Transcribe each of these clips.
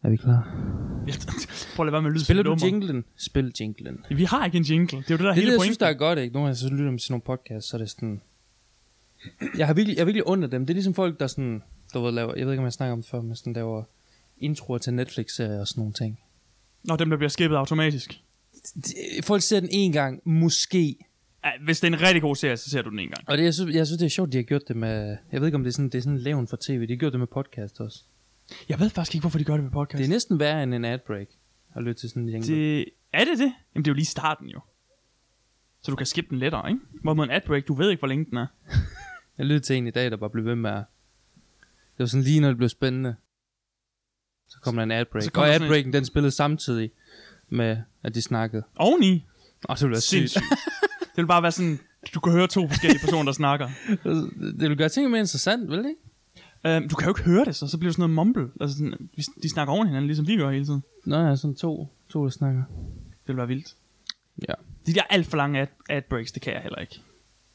Er vi klar? Prøv at lade være med at lyde. Spiller du jinglen? Spil jinglen. Vi har ikke en jingle. Det er jo det, der hele pointen. Jeg synes, der er godt, ikke? Nogle gange så lytter man til nogle podcasts, så er det sådan... Jeg har virkelig under dem. Det er ligesom folk, der sådan... Du ved, laver, jeg ved ikke, om jeg snakker om det før, men sådan laver introer til Netflix-serier og sådan nogle ting. Nå, dem der bliver skippet automatisk. Folk ser den en gang, måske. Ja, hvis det er en rigtig god serie, så ser du den en gang. Og det, jeg synes, det er sjovt, de har gjort det med... Jeg ved ikke, om det er sådan levn for tv. De har gjort det med podcast også. Jeg ved faktisk ikke, hvorfor de gør det med podcast. Det er næsten værre end en adbreak. At lytte til sådan en jingle. Er det? Jamen, det er jo lige starten jo. Så du kan skippe den lettere, ikke? Hvorimod en adbreak, du ved ikke, hvor længe den er. Jeg lyttede til en i dag, der bare blev ved med at... Det var sådan lige, når det blev spændende. Så kom der en adbreak. Og adbreaken, den spillede samtidig med, at de snakkede. Oveni? Og det ville være sygt. Det vil bare være sådan, du kan høre to forskellige personer, der snakker. Det vil gøre tingene mere interessant, vel ikke? Du kan jo ikke høre det, så bliver det sådan noget mumble. Altså sådan, de snakker oven hinanden, ligesom vi gør hele tiden. Nå ja, sådan to der snakker. Det vil være vildt. Ja. De der alt for lange adbreaks, det kan jeg heller ikke.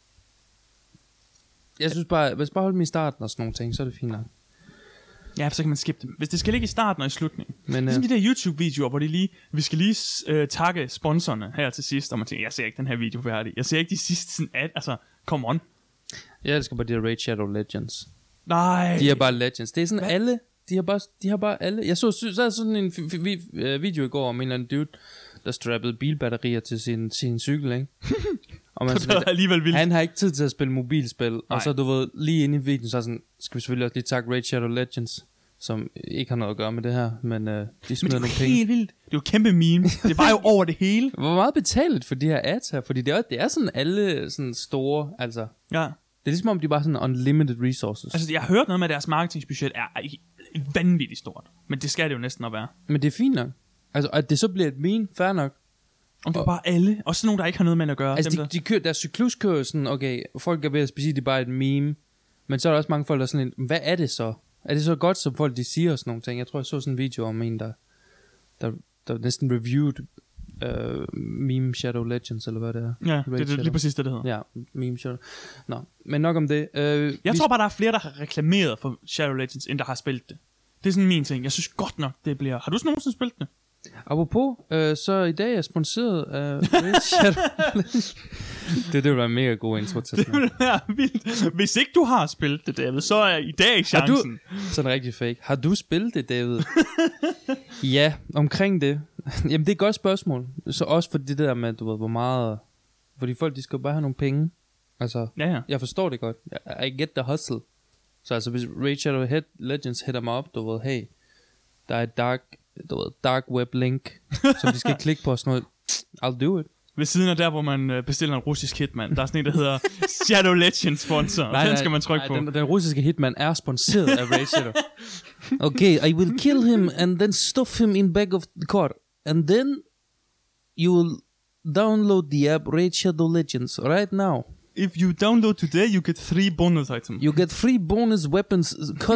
Jeg synes bare, hvis bare holde dem i starten og sådan nogle ting, så er det fint nok. Ja, så kan man skippe dem. Hvis det skal ligge i starten og i slutningen. Men ligesom de der YouTube-videoer, hvor vi skal lige takke sponsorerne her til sidst. Og man tænker, jeg ser ikke den her video færdig. Jeg ser ikke de sidste sådan altså, come on. Jeg elsker bare de der Raid Shadow Legends. Nej. De er bare legends. Det er sådan alle, de har bare alle. Jeg så sådan en video i går om en eller anden dude, der strappede bilbatterier til sin cykel, ikke? Og man det er alligevel vildt. Han har ikke tid til at spille mobilspil. Nej. Og så du ved, lige inde i videoen, så sådan, skal vi selvfølgelig også lige takke Raid Shadow Legends, som ikke har noget at gøre med det her, men de smider nogle penge. Helt vildt. Det er jo et kæmpe meme. Det var jo over det hele. Hvor meget betalt for de her ads her? Fordi det er sådan alle sådan store, altså. Ja. Det er ligesom om de bare sådan unlimited resources. Altså jeg har hørt noget med, at deres marketingsbudget er vanvittigt stort. Men det skal det jo næsten at være. Men det er fint nok. Altså at det så bliver et meme, fair nok. Om det er bare alle. Også nogen, der ikke har noget med at gøre. Altså de kører, deres cyklus kører sådan, okay, folk er ved at sige, det er bare et meme. Men så er der også mange folk, der er sådan en, hvad er det så? Er det så godt, som folk de siger og sådan nogle ting? Jeg tror, jeg så sådan en video om en, der næsten reviewed Meme Shadow Legends, eller hvad det er. Ja, det er lige præcis det hedder. Ja, Meme Shadow. Nå, men nok om det. Jeg tror bare, der er flere, der har reklameret for Shadow Legends, end der har spillet det. Det er sådan min ting. Jeg synes godt nok, det bliver... Har du nogensinde spillet det? Apropos, så i dag er jeg sponsoreret af Shadow Legends. Det vil være en mega god intro til. Det vil være vildt. Hvis ikke du har spillet det, David, så er i dag chancen. Sådan rigtig fake. Har du spillet det, David? Ja, omkring det. Jamen, det er et godt spørgsmål. Så også for det der med, du ved, hvor meget... Fordi folk, de skal bare have nogle penge. Altså, ja. Jeg forstår det godt. I get the hustle. Så altså, hvis Raid Shadow Legends hitter mig op, du ved, hey, der er et dark web link, som de skal klikke på og sådan noget. I'll do it. Ved siden af der, hvor man bestiller en russisk hitman, der er sådan en, der hedder Shadow Legends sponsor. Den skal man trykke på. Den russiske hitman er sponsoreret af Raid Shadow. Okay, I will kill him and then stuff him in back of the car. And then you will download the app Raid Shadow Legends right now. If you download today, you get 3 bonus items. You get 3 bonus weapons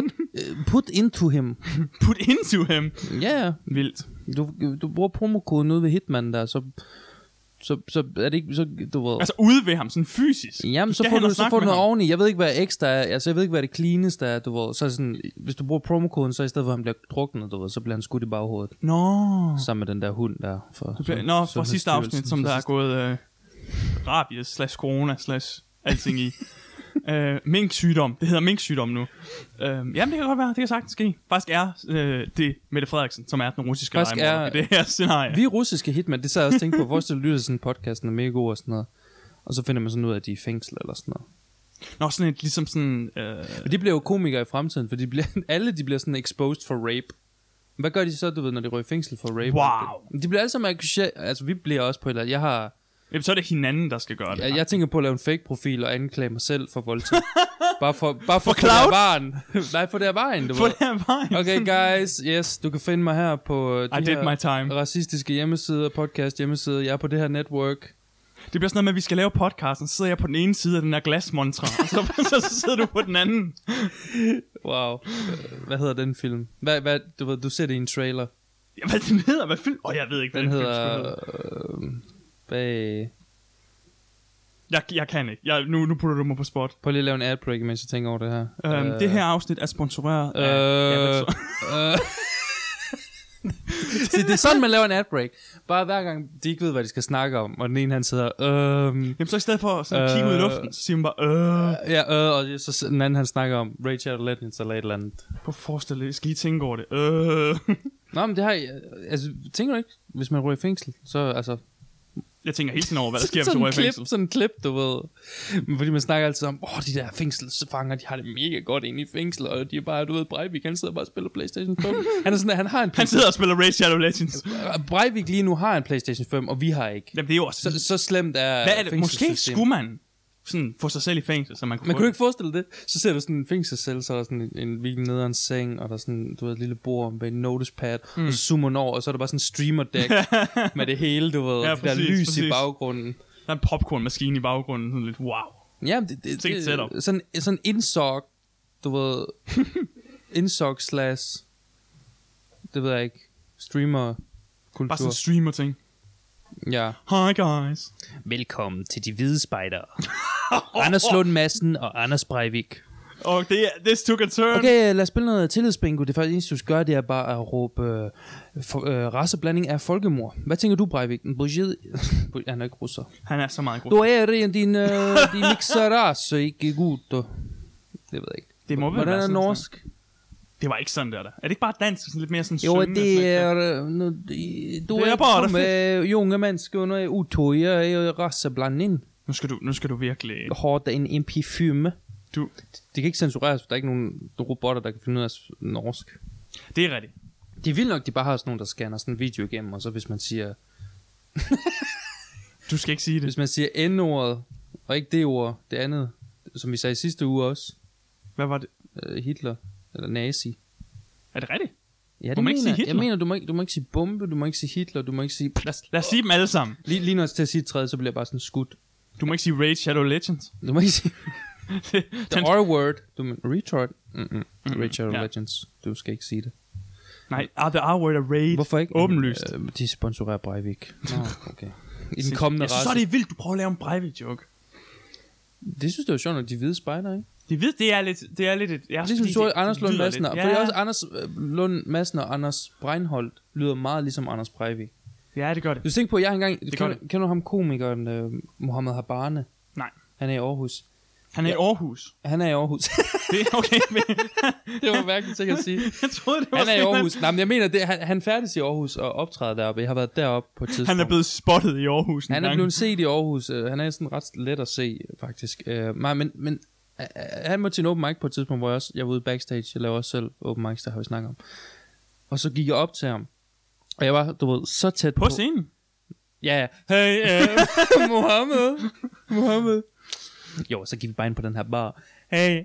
put into him. Put into him? Ja. Yeah. Vildt. Du bruger promokoden ude ved Hitman der, så er det ikke så, du ved. Altså ude ved ham, sådan fysisk. Jamen, så får du noget oveni. Jeg ved ikke, hvad ekstra er. Altså, jeg ved ikke, hvad det cleaneste er, du ved. Så sådan, hvis du bruger promokoden, så i stedet for, at han bliver druknet, du ved, så bliver han skudt i baghovedet. Nå. Sammen med den der hund der. Fra sidste afsnit, som der er gået rabies /corona/ alting i. Minksygdom. Det hedder minksygdom nu. Jamen, det kan godt være. Det kan sagtens ske. Faktisk er det Mette Frederiksen, som er den russiske lejemorder i det her scenarie. Vi russiske hitman, det så jeg også tænkt på. Vores lytter sådan en podcast, den er mega god og sådan noget. Og så finder man sådan ud af, at de er i fængsel eller sådan noget. Nå, sådan et, ligesom sådan... Men de bliver jo komikere i fremtiden, for alle de bliver sådan exposed for rape. Hvad gør de så, du ved, når de rører i fængsel for rape? Wow. De bliver alle sammen... Altså, vi bliver også på et eller andet... Jamen, så er det hinanden, der skal gøre det. Jeg tænker på at lave en fake profil og anklage mig selv for voldtægt. bare for cloud? Nej, for det er vejen, du ved. For det er vejen. Okay, guys, yes, du kan finde mig her på de her racistiske hjemmesider, podcast hjemmesider. Jeg er på det her network. Det bliver sådan noget med, at vi skal lave podcasten. Så sidder jeg på den ene side af den her glasmontre, og så sidder du på den anden. Wow. Hvad hedder den film? Hvad du ved, du ser det i en trailer. Ja, hvad den hedder? Hvad film? Jeg ved ikke, hvad den hedder. Jeg kan ikke. Nu putter du mig på spot. Prøv lige at lave en adbreak, mens jeg tænker over det her. Det her afsnit er sponsoreret af... Så det er sådan, man laver en ad-break. Bare hver gang, de ikke ved, hvad de skal snakke om, og den ene, han sidder, Jamen, så i stedet for sådan kigge ud i luften, så siger man bare, Ja, og så den anden, han snakker om Raid Shadow Legends eller et eller andet. Prøv at forestille dig, jeg skal lige tænke over det. Nå, men det har jeg, altså, tænker du ikke, hvis man ryger i fængsel, så altså... Jeg tænker hele tiden over, hvad der sker, hvis du ryger i fængsel. Sådan en klip, du ved. Men fordi man snakker altid om, de der fængselsfanger, de har det mega godt inde i fængsel, og de er bare, du ved, Breivik, han sidder bare og spiller PlayStation 5. Han sidder og spiller Raid Shadow Legends. Breivik lige nu har en PlayStation 5, og vi har ikke. Jamen, det er jo også... Så slemt er hvad er det? Måske skulle man sådan få sig selv i fængsel, så man kunne... Man kunne ikke forestille det. Så ser du sådan en fængselscelle, så er der sådan en virkelig nederen seng, og der er sådan, du ved, et lille bord med en notespad, og så zoomer man over, og så er der bare sådan en streamer-deck med det hele, du ved, ja, præcis, der er lys præcis. I baggrunden. Der er en popcornmaskine i baggrunden, sådan lidt wow. Ja, det sådan insog, du ved, insog slash, det ved jeg ikke, streamer-kultur. Bare sådan streamer-ting. Ja. Hi guys. Velkommen til de hvide spejdere. Anders Lund Madsen og Anders Breivik. Og this took a turn. Okay, lad os spille noget tillidsbingo. Det første eneste, du skal gøre, det er bare at råbe raceblanding af folkemord. Hvad tænker du, Breivik? Han er ikke russer. Han er så meget god. Du er din mixerace, ikke god. Det ved jeg ikke. Det må Hvordan er norsk? Det var ikke sådan der. Er det ikke bare dansk? Sådan lidt mere sådan jo, det er... Du er bare med unge mennesker under utøje og raceblanding. Nu skal du virkelig... Har det en MP5? Det kan ikke censureres, for der er ikke nogen robotter, der kan finde ud af norsk. Det er rigtigt. Det er vildt nok, de bare har sådan nogen, der scanner sådan en video igennem, og så hvis man siger... Du skal ikke sige det. Hvis man siger N-ordet, og ikke det ord, det andet, som vi sagde i sidste uge også. Hvad var det? Hitler, eller nazi. Er det rigtigt? Ja, det mener jeg. Jeg mener, du må ikke sige bombe, du må ikke sige Hitler, du må ikke sige... Lad os sige dem alle sammen. Lige når jeg til at sige tredje, så bliver jeg bare sådan skudt. Du må ikke sige Raid Shadow Legends. Du må ikke sige... The R-word. Retard. Raid Shadow Legends. Du skal ikke sige det. Nej, the R-word er Raid. Hvorfor ikke? Åbenlyst. De sponsorerer Breivik. Okay. I den kommende race. Jeg synes så, det er vildt, du prøver at lave en Breivik-joke. Det synes jeg er sjovt, at de hvide spejder, ikke? De ved, det er lidt et... Ligesom du Anders Lund Madsen. Ja. Fordi også Anders Lund Madsen og Anders Breinholt lyder meget ligesom Anders Breivik. Ja, det gør det. Du tænker på, at jeg engang... Kender du ham komikeren Mohammed Habane? Nej. Han er i Aarhus. Han er i Aarhus? Han er i Aarhus. Det er okay. Det var virkelig sikkert at sige. Jeg troede, det var han er i Aarhus. Nej, men jeg mener, han færdes i Aarhus og optræder deroppe. Jeg har været deroppe på et tidspunkt. Han er blevet spottet i Aarhus. Han er blevet set i Aarhus. Han er sådan ret let at se, faktisk. Men han må til en open mic på et tidspunkt, hvor jeg var ude backstage. Jeg laver også selv open mics, der har vi snakket om. Og så gik jeg op til ham. Og jeg var, du ved, så tæt på scenen? Ja. Hey, Mohammed. Jo, så gik vi bare ind på den her bar. Hey,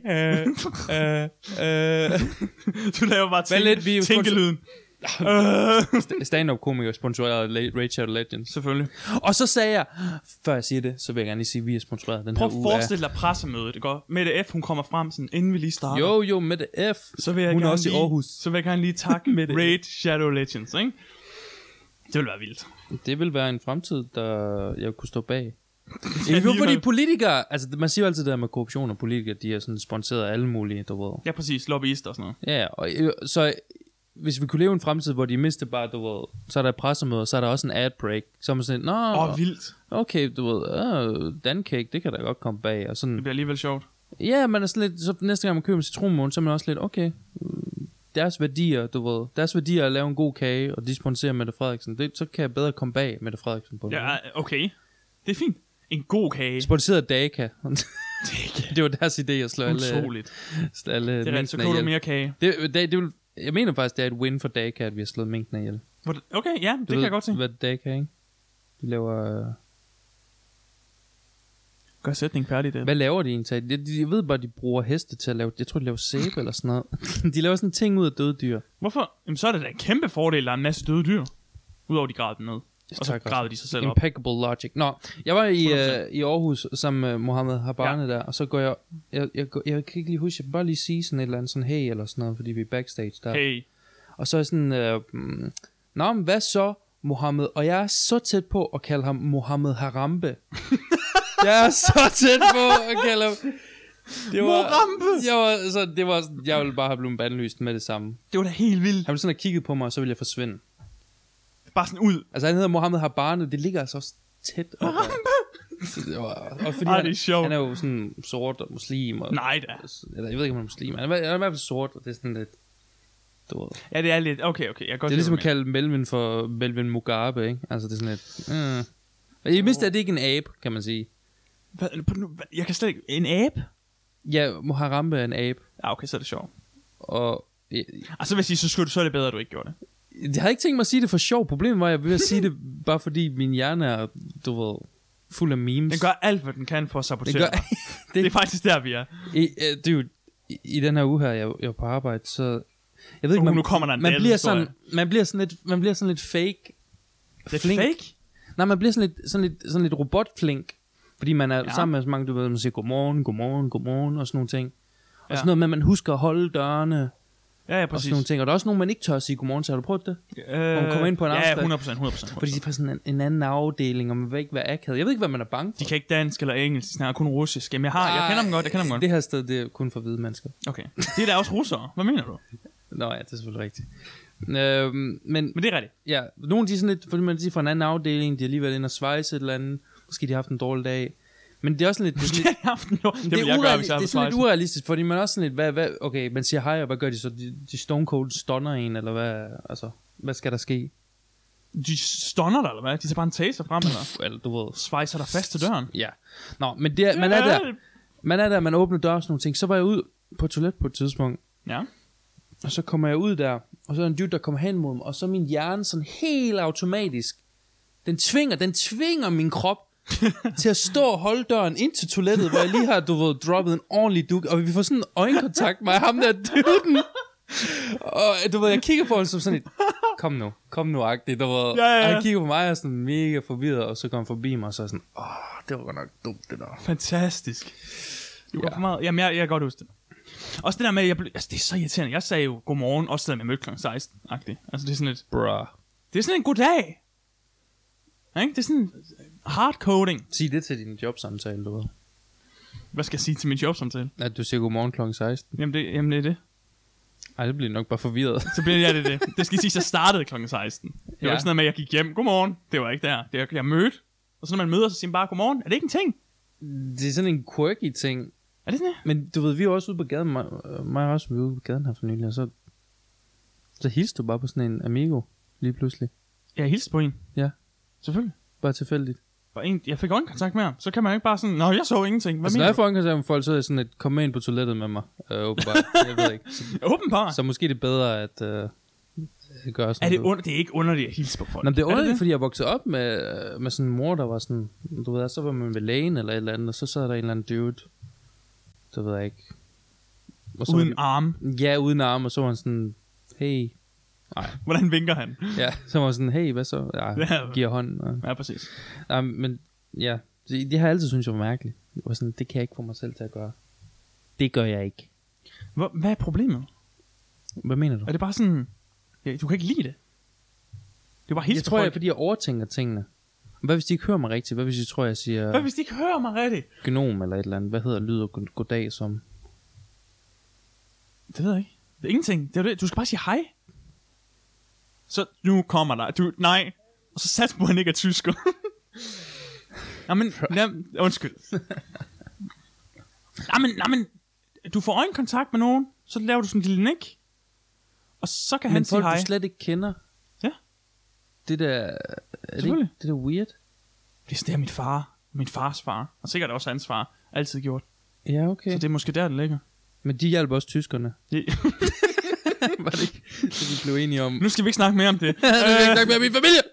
Du laver bare tænkelyden. Stand-up-komiker sponsoreret Raid Shadow Legends. Selvfølgelig. Og så sagde jeg, før jeg siger det, så vil jeg gerne lige sige, at vi er sponsoreret den her uge. Prøv at forestille dig pressemødet, det går. Mette F, hun kommer frem sådan, inden vi lige starter. Jo, Mette F. Så vil jeg hun er også i Aarhus. Så vil jeg gerne lige takke Raid Shadow Legends, ikke? Det vil være vildt. Det vil være en fremtid, der jeg kunne stå bag. Fordi politikere, altså man siger jo altid det der med korruption og politikere, de er sådan sponsoreret af alle mulige, du ved. Ja, præcis, lobbyister og sådan noget. Ja, og så hvis vi kunne leve en fremtid, hvor de mister bare, du ved, så er der pressemøder, så er der også en ad break, så er man sådan, vildt. Okay, du ved, Dancake, det kan da godt komme bag, og sådan. Det bliver alligevel sjovt. Ja, man er sådan lidt, så næste gang man køber en citronmåne, så er man også lidt, okay, deres værdier, du ved, deres værdier er at lave en god kage, og de sponsorerer Mette Frederiksen, så kan jeg bedre komme bag Mette Frederiksen på det. Ja, okay, det er fint. En god kage. Sponsoreret af Daka. Det var deres idé at slå alle det er rent, så køber du mere kage. Jeg mener faktisk, det er et win for Daka, at vi har slået mængden af ihjel. Okay, ja, det kan jeg godt se. Hvad er Daka, ikke? De laver... Gør sætningen færdig, det. Hvad laver de egentlig? Jeg ved bare, de bruger heste til at lave... Jeg tror, de laver sæbe eller sådan noget. De laver sådan en ting ud af døde dyr. Hvorfor? Jamen, så er det da en kæmpe fordel, der er en masse døde dyr. Udover de grader dem ned. Og så gravede de sig selv op. Impeccable logic. Nå, jeg var i Aarhus sammen med Mohammed Habane der, og så går jeg kan ikke lige huske, jeg vil bare lige sige sådan et eller andet, sådan hey eller sådan noget, fordi vi er backstage der. Hey. Og så er jeg sådan, nå, men hvad så, Mohammed? Og jeg er så tæt på at kalde ham Mohammed Harambe. Jeg er så tæt på at kalde ham... Jeg ville bare have blevet bandlyst med det samme. Det var da helt vildt. Han ville sådan have kigget på mig, og så ville jeg forsvinde. Bare sådan ud. Altså han hedder Mohammed Habane, det ligger altså også tæt op. Og fordi han er jo sådan sort og muslim. Og, nej da. Eller jeg ved ikke, om han er muslim. Han er i hvert fald sort, og det er sådan lidt... Ja, det er lidt... Okay, jeg kan godt det er ligesom at kalde Melvin for Melvin Mugabe, ikke? Altså det er sådan lidt... I det mindste er det ikke en abe, kan man sige. Jeg kan slet ikke... En abe? Ja, Harambe er en abe. Ja, okay, så er det sjovt. Og... Altså vil jeg sige, så er det bedre, at du ikke gjorde det. Jeg havde ikke tænkt mig at sige det for sjov. Problemet var, at jeg ville sige det bare fordi min hjerne er, du ved, fuld af memes. Den gør alt, hvad den kan for at sabotere dig. Det er faktisk der, vi er. I den her uge her, jeg var på arbejde, så... Jeg ved ikke, nu kommer der en man bliver sådan lidt fake. Det er fake? Nej, man bliver sådan lidt robotflink. Fordi man er sammen med så mange, du ved, man siger godmorgen og sådan nogle ting. Og sådan noget med, at man husker at holde dørene. Ja, præcis. Og sådan nogle ting. Og der er også nogen, man ikke tør at sige godmorgen til. Har du prøvet det? Hvor man kommer ind på en afstand. Ja, 100%. Fordi de er på sådan en anden afdeling, og man vil ikke være akavet. Jeg ved ikke, hvad man er bange for. De kan ikke dansk eller engelsk, de snakker kun russisk. Jamen, jeg kender dem godt. Det her sted, det er kun for hvide mennesker. Okay. Det er da også russere. Hvad mener du? Nå ja, det er selvfølgelig rigtigt. Men det er rigtigt. Ja, nogle de er sådan lidt, fordi man siger fra en anden afdeling, de har lige været inde og svejse et eller andet. Måske de har haft en dårlig dag. Men det er også lidt... Det er sådan lidt urealistisk, fordi man er også sådan lidt... Hvad, okay, man siger hej, og hvad gør de så? De stone cold stunner en, eller hvad? Altså, hvad skal der ske? De stunner dig, eller hvad? De tager bare en taser frem, eller du ved... Svejser dig fast til døren. Ja. Nå, men det er, man er der, man åbner dør og sådan nogle ting. Så var jeg ud på toilet på et tidspunkt. Ja. Og så kommer jeg ud der, og så er en dude, der kommer hen mod mig, og så min hjerne sådan helt automatisk, den tvinger min krop til at stå og holde døren ind til toilettet, hvor jeg lige har, du ved, droppet en ordentlig duk, og vi får sådan en øjenkontakt med ham der duden. Og du ved, jeg kigger på ham som sådan et, kom nu-agtigt, du ved. Ja. Han kigger på mig og er sådan mega forvirret, og så går han forbi mig, og så er sådan, det var godt nok dumt, det der. Fantastisk. Du går for meget. Jamen, jeg kan godt huske det. Også det der med, det er så irriterende. Jeg sagde jo godmorgen, også selvom jeg mødte kl. 16-agtigt. Altså, det er sådan lidt... Bruh. Det er sådan en god dag. Ikke? Det er sådan hardcoding. Sig det til din jobsamtale, du ved. Hvad skal jeg sige til min jobsamtale? At du siger godmorgen kl. 16. Jamen, det er det. Ej, det bliver nok bare forvirret. Så bliver jeg det. Det skal sige, at jeg startede kl. 16. Det var ikke sådan noget med, at jeg gik hjem. Godmorgen. Det var ikke der. Jeg mødte. Og så når man møder, så siger man bare godmorgen. Er det ikke en ting? Det er sådan en quirky ting. Er det sådan her? Men du ved, vi er også ude på gaden. Mig og også ude på gaden her for nylig. Og så hilste du bare på sådan en amigo lige pludselig. Jeg hilste på en? Ja. Selvfølgelig. Bare tilfældigt. Jeg fik øjenkontakt med ham. Så kan man ikke bare sådan, nå, jeg så ingenting. Hvad når jeg får øjenkontakt med folk, så er det sådan et, kom med ind på toilettet med mig. Åbenbart. Jeg ved ikke. Åbenbart. Så måske det er bedre at gøre sådan noget. Det er ikke underligt at hilse på folk. Nå, det er underligt, fordi jeg voksede op med sådan en mor, der var sådan, du ved, så var man ved lægen eller et eller andet, og så sad der en eller anden dude, så ved jeg ikke. Uden arm? Ja, uden arm, og så var han sådan, hey. Nej. Hvordan vinker han? Ja, så var han sådan, hey, hvad så? Ja, giver hånden. Og... Ja, præcis. Ja, men ja, det har jeg altid synes jeg var mærkeligt. Det var sådan, det kan jeg ikke få mig selv til at gøre. Det gør jeg ikke. Hvad er problemet? Hvad mener du? Er det bare sådan, du kan ikke lide det? Det er bare jeg tror, jeg, fordi jeg overtænker tingene. Hvad hvis de ikke hører mig rigtigt? Hvad hvis de tror, jeg siger... Hvad hvis de ikke hører mig rigtigt? Gnom eller et eller andet. Hvad hedder lyd og goddag som? Det ved jeg ikke. Det er ingenting. Det er det. Du skal bare sige hej. Så nu kommer der. Nej. Og så sats på, at han ikke er tysker. Undskyld. Jamen. Du får øjenkontakt med nogen. Så laver du sådan en lille nik. Og så kan han sige hej. Men folk du slet ikke kender. Ja. Det der... Er det der weird? Det er mit far. Min fars far. Og sikkert også hans far. Altid gjort. Ja, okay. Så det er måske der, det ligger. Men de hjælper også tyskerne. Var det ikke det, vi blev enige om? Nu skal vi ikke snakke mere om det. Nu skal vi ikke snakke mere om min familie.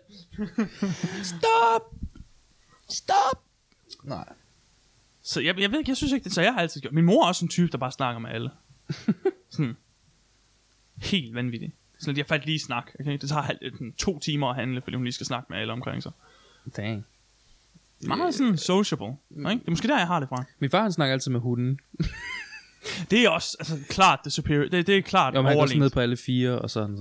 Stop. Nej. Så jeg ved ikke, jeg synes ikke det. Så jeg har altid gjort. Min mor er også en type, der bare snakker med alle. Sådan. Helt vanvittigt. Så jeg faldt lige snak. Okay? Det tager 2 timer at handle, fordi hun lige skal snakke med alle omkring sig. Dang. Meget sådan sociable. Ikke? Det er måske der, jeg har det fra. Min far han snakker altid med hunden. Det er også klart det superior. Det er klart overlegent. Han går sådan ned på alle 4 og sådan.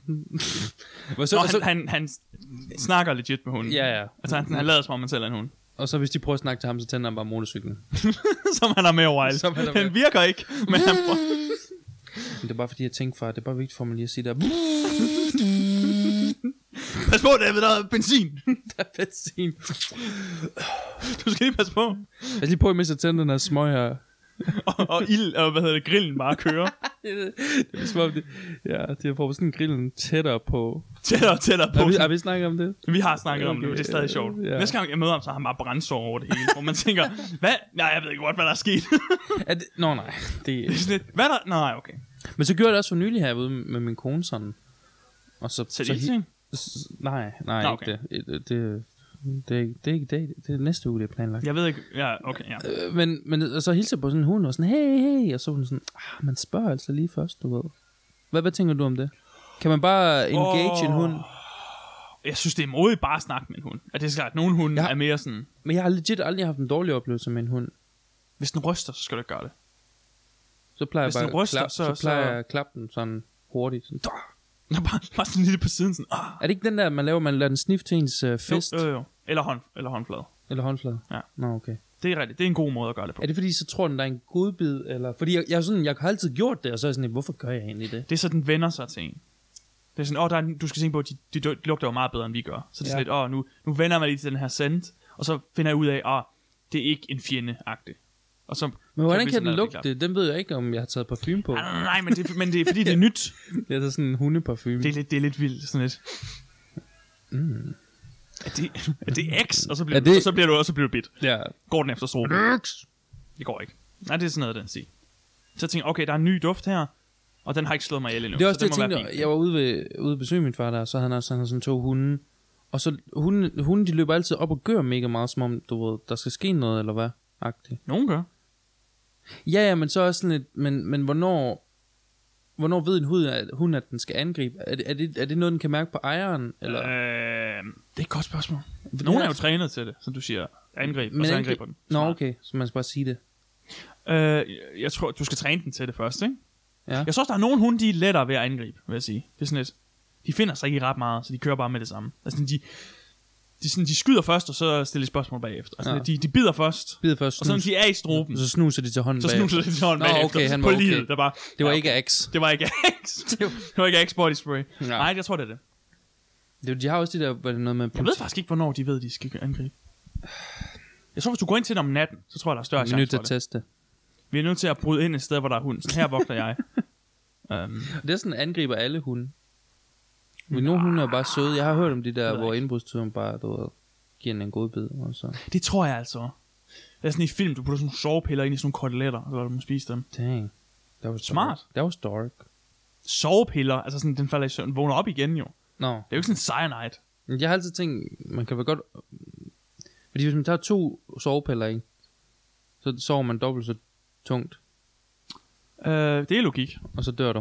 Han snakker legit med hunden. Ja. Altså han lader som om man selv er en hund. Og så hvis de prøver at snakke til ham, så tænder han bare motorcyklen. Som han er med overalt. Den virker ikke. Men han det er bare fordi jeg tænker, far, det er bare vigtigt for mig lige at sige der. Pas på, David, der er benzin. Der er benzin. Du skal lige passe på. Jeg skal lige på, mens jeg tænder den her smøg her. og ild, og grillen bare kører. Det er som om det. Ja, de har fået sådan grillen tættere på. Tættere på. Har vi snakket om det? Vi har snakket om det, men det er stadig sjovt. Ja. Næste gang jeg møder ham, så har han bare brændsår over det hele. Hvor man tænker, hvad? Nej, jeg ved ikke godt, hvad der er sket. Nå nej. Det er sådan lidt, hvad der? Nej, okay. Men så gjorde jeg det også for nylig herude med min kone sådan. Og så ting? Nej, okay. Ikke det. Det er ikke det. Det er næste uge, det er planlagt. Jeg ved ikke. Ja, okay, ja. Men så hilser jeg på sådan en hund og sådan, hey. Og så var hun sådan, man spørger altså lige først, du ved. Hvad tænker du om det? Kan man bare engage en hund? Jeg synes, det er modigt bare at snakke med en hund. At det er klart, at nogle hunde er mere sådan... Men jeg har legit aldrig haft en dårlig oplevelse med en hund. Hvis den ryster, så skal du ikke gøre det. Så plejer Hvis jeg den ryster, så plejer jeg at klappe den sådan hurtigt. Sådan, bare sådan lidt på siden. Sådan, Er det ikke den der, man lader den snifte til ens fest? Jo. Eller håndflade. Eller håndflade? Ja. Nå, okay. Det er rigtigt. Det er en god måde at gøre det på. Er det fordi, så tror den, der er en godbid? Eller? Fordi jeg har altid gjort det, og så er jeg sådan, hvorfor gør jeg egentlig det? Det er så, den vender sig til en. Det er sådan, du skal tænke på, at de lugter jo meget bedre, end vi gør. Så det er sådan lidt, nu vender man lige til den her scent, og så finder jeg ud af, det er ikke en fjende-agtigt. Og så men hvordan kan den lugte? Den ved jeg ikke, om jeg har taget parfume på. Nej, men det er fordi, det er nyt. Det er sådan en hundeparfume. Det er lidt vildt, sådan lidt. Er det X? Og så bliver du bit. Ja. Går den efter stroben? Det går ikke. Nej, det er sådan noget, den siger. Så jeg tænker, okay, der er en ny duft her, og den har ikke slået mig ihjel endnu. Det er også det, jeg tænkte, jeg var ude at besøge min far der, så han har sådan 2 hunde. Og så hunde, de løber altid op og gør mega meget, som om, du ved, der skal ske noget, eller hvad? Agtigt. Nogen gør. Ja, men så også sådan lidt, men hvornår ved en hund, at den skal angribe? Er det noget, den kan mærke på ejeren? Eller? Det er et godt spørgsmål. Nogen er jo trænet til det, som du siger, angreb, og så angriber den. Nå, okay, så man skal bare sige det. Jeg tror, du skal træne den til det først, ikke? Ja. Jeg synes også, der er nogle hunde, de er lettere ved at angribe, vil jeg sige. Det er sådan lidt, de finder sig ikke ret meget, så de kører bare med det samme. Altså, de skyder først, og så stiller de spørgsmål bagefter. Altså, de bider først, og så når de er i stroben, så snuser de til hånden bagefter. Okay, han var på okay. livet. Det var ikke Axe. Det var ikke Axe body spray. Nej, jeg tror, det er det. De har også de der, hvad det noget med... Jeg ved faktisk ikke, hvornår de ved, de skal angribe. Jeg tror, hvis du går ind til dem om natten, så tror jeg, der er større chance for det. Vi er nødt til at teste. Vi er nødt til at bryde ind et sted, hvor der er hund. Så her vogter jeg. Det er sådan, angriber alle hunde. Men nogle hunde er bare søde. Jeg har hørt om de der, hvor indbrudstyven bare giver en god bid. Og så. Det tror jeg altså. Det er sådan i film, du putter sådan nogle sovepiller ind i sådan nogle koteletter, og så du må spise dem. Dang. Det var smart. Det var dark. Sovepiller, altså sådan, den falder i søvn, vågner op igen jo. No. Det er jo ikke sådan cyanide. Men jeg har altid tænkt, man kan vel godt... Fordi hvis man tager 2 sovepiller, ikke? Så sover man dobbelt så tungt. Det er logik. Og så dør du.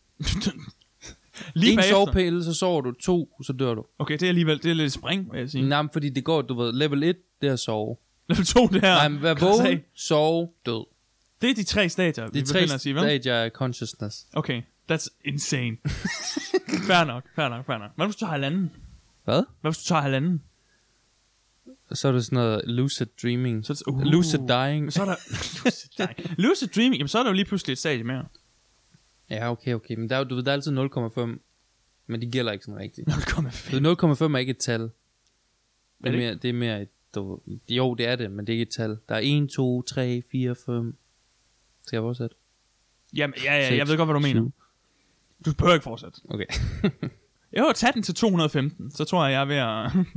Lige en sovepille, så sover du 2, så dør du. Okay, det er lidt spring, vil jeg sige. Nej, fordi det går, du ved, level 1, det er sove. Level 2, det her. Nej, men vær vågen, sove, død. Det er de 3 stadier, vi befinder os i, vel? Det er 3 stadier af consciousness. Okay, that's insane. Fair nok. Hvad hvis du tager halvanden? Hvad? Hvad hvis du tager halvanden? Så er det sådan noget lucid dreaming. Lucid dying. Så er der lucid dreaming, jamen så er der jo lige pludselig et stadie mere. Ja, okay. Men der er, du ved, der er altid 0,5. Men det gælder ikke sådan rigtigt. 0,5. 0,5 er ikke et tal. Det er mere et... Jo, det er det, men det er ikke et tal. Der er 1, 2, 3, 4, 5... Skal jeg fortsætte? Jamen, ja, jeg ved godt, hvad du mener. Du behøver ikke fortsætte. Okay. Jeg har taget den til 215, så tror jeg er ved at...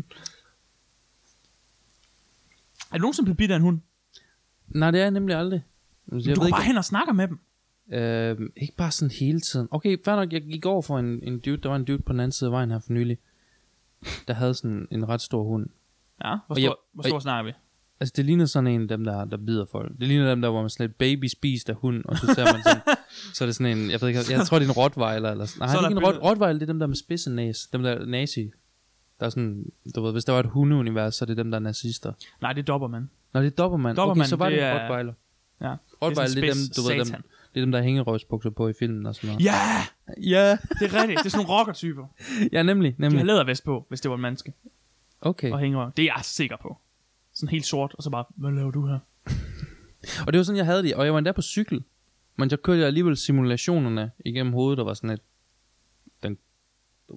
Er du nogensinde blevet bidt af en hund? Nej, det er jeg nemlig aldrig. Du går bare hen og snakker med dem. Ikke bare sådan hele tiden. Okay, fair nok, jeg gik over for en dude. Der var en dude på den anden side af vejen her for nylig, der havde sådan en ret stor hund. Ja, hvor stor snakker vi? Altså det ligner sådan en af dem der bider folk. Det ligner dem der, hvor man sådan et baby spist af hund, og så ser man sådan, så er det sådan en, jeg ved ikke, jeg tror det er en rottweiler eller sådan. Nej, det er ikke en rottweiler, det er dem der med spidse næse, dem der nazi. Der er sådan, du ved, hvis der var et hundeunivers, så er det dem der er nazister. Nej, det er Doberman. Nå, det er Doberman. Okay, så var det en rottweiler. Ja. Rottweiler, det er dem, du ved, dem, det er dem der hængerøvsbukser på i filmen og sådan noget. Ja, det er rigtigt. Det er sådan nogle rockertyper. Ja, nemlig. De har lædervest på, hvis det var en menneske. Okay. Og hængerøv. Det er jeg sikker på. Sådan helt sort, og så bare, hvad laver du her? Og det var sådan, jeg havde det, og jeg var endda på cykel. Men jeg kørte alligevel simulationerne igennem hovedet, der var sådan et, du ved,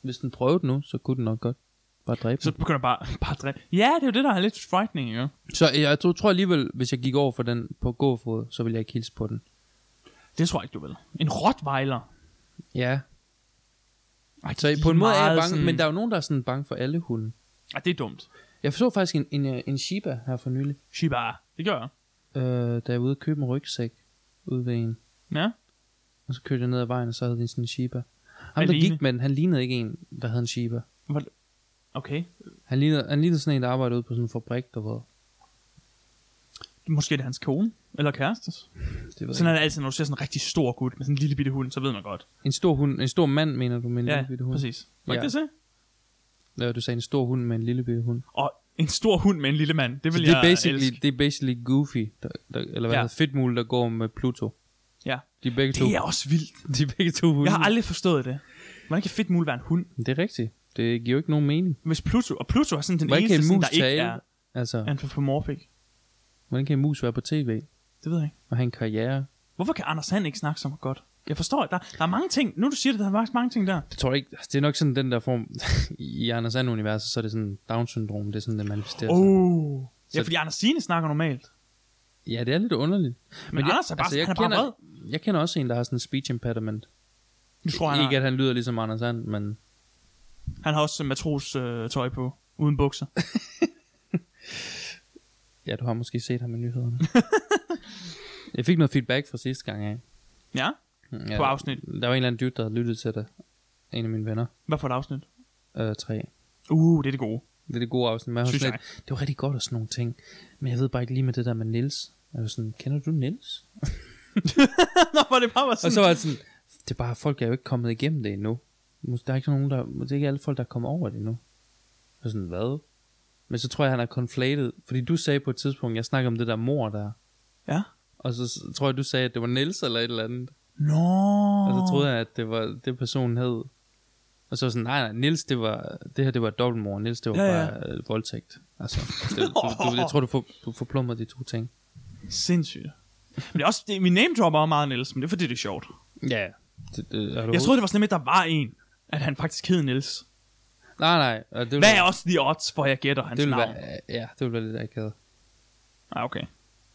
Hvis den prøvede nu, så kunne den nok godt bare dræbe. Så begynder bare dræbe. Ja, det er jo det, der er lidt frightening, ikke? Så jeg tror alligevel, hvis jeg gik over for den på gåfod, så ville jeg ikke hilse på den. Det tror jeg ikke, du vil. En rottweiler. Ja. Ej, Så på en måde er jeg bange, sådan... men der er jo nogen, der er sådan bange for alle hunde. Ej, det er dumt. Jeg så faktisk en Shiba her for nylig. Shiba, det gør jeg. Da jeg var ude og købe en rygsæk ude ved en. Ja. Og så kørte jeg ned ad vejen, og så havde de sådan en Shiba. Ham, der gik med den, han lignede ikke en, der havde en Shiba. Okay. Han lignede sådan en, der arbejdede ude på sådan en fabrik, der var. Måske det er hans kone, eller kærestes. Sådan er det altid, når du ser sådan en rigtig stor gut med sådan en lille bitte hund, så ved man godt. En stor hund, en stor mand, mener du, med en lille bitte hund? Præcis. Var ikke det så? Ja, du sagde en stor hund med en lille bitte hund. Og en stor hund med en lille mand, det vil jeg elske. Det er basically Goofy, eller hvad hedder Fedtmule, der går med Pluto. Ja, de er begge to. Det er også vildt. De er begge to hunde. Jeg har aldrig forstået det. Hvordan kan Fedtmule være en hund? Det er rigtigt. Det giver jo ikke nogen mening. Hvis Pluto er sådan den eneste, sådan, der ikke er anthropomorphic. Hvordan kan en mus være på tv? Det ved jeg ikke. Og have en karriere. Hvorfor kan Anders Sand ikke snakke så godt? Jeg forstår, der er mange ting. Nu du siger det, der er faktisk mange ting der. Det tror jeg ikke. Det er nok sådan den der form. I Anders Sand-universet, så er det sådan Down-syndrom. Det er sådan, det manifesterer sig. Ja, fordi Anders Signe snakker normalt. Ja, det er lidt underligt. Men Anders er bare, han er bare vred. Jeg kender også en, der har sådan en speech impediment. Ikke at han lyder ligesom Anders Sand, men... Han har også matros tøj på, uden bukser. Ja, du har måske set ham i nyhederne. Jeg fik noget feedback fra sidste gang af. Ja? På afsnit? Der var en eller anden dyt, der havde lyttet til det. En af mine venner. Hvad for et afsnit? 3. Det er det gode. Det er det gode afsnit. Det var rigtig godt og sådan nogle ting. Men jeg ved bare ikke lige med det der med Niels. Jeg var sådan, kender du Niels? Nå, var det bare sådan. Og så var det sådan, det er bare, folk er jo ikke kommet igennem det endnu. Der er ikke nogen, det er ikke alle folk, der er kommet over det endnu. Og sådan, hvad? Men så tror jeg, han er conflated. Fordi du sagde på et tidspunkt, jeg snakkede om det der mor der. Ja. Og så tror jeg, du sagde, at det var Niels eller et eller andet. Nå. Og så troede jeg, at det var det personen hed. Og så sådan, nej, Niels, det var dobbeltmor. Niels, det var bare voldtægt. Altså, jeg tror, du forplummer de to ting. Sindssygt. Men det er også, min name dropper er meget Niels, men det er fordi, det er sjovt. Ja. Jeg troede, det var sådan, at der var en, at han faktisk hed Niels. Nej. Hvad er også de odds, for jeg gætter hans navn? Det vil være lidt akavet. Ah, okay.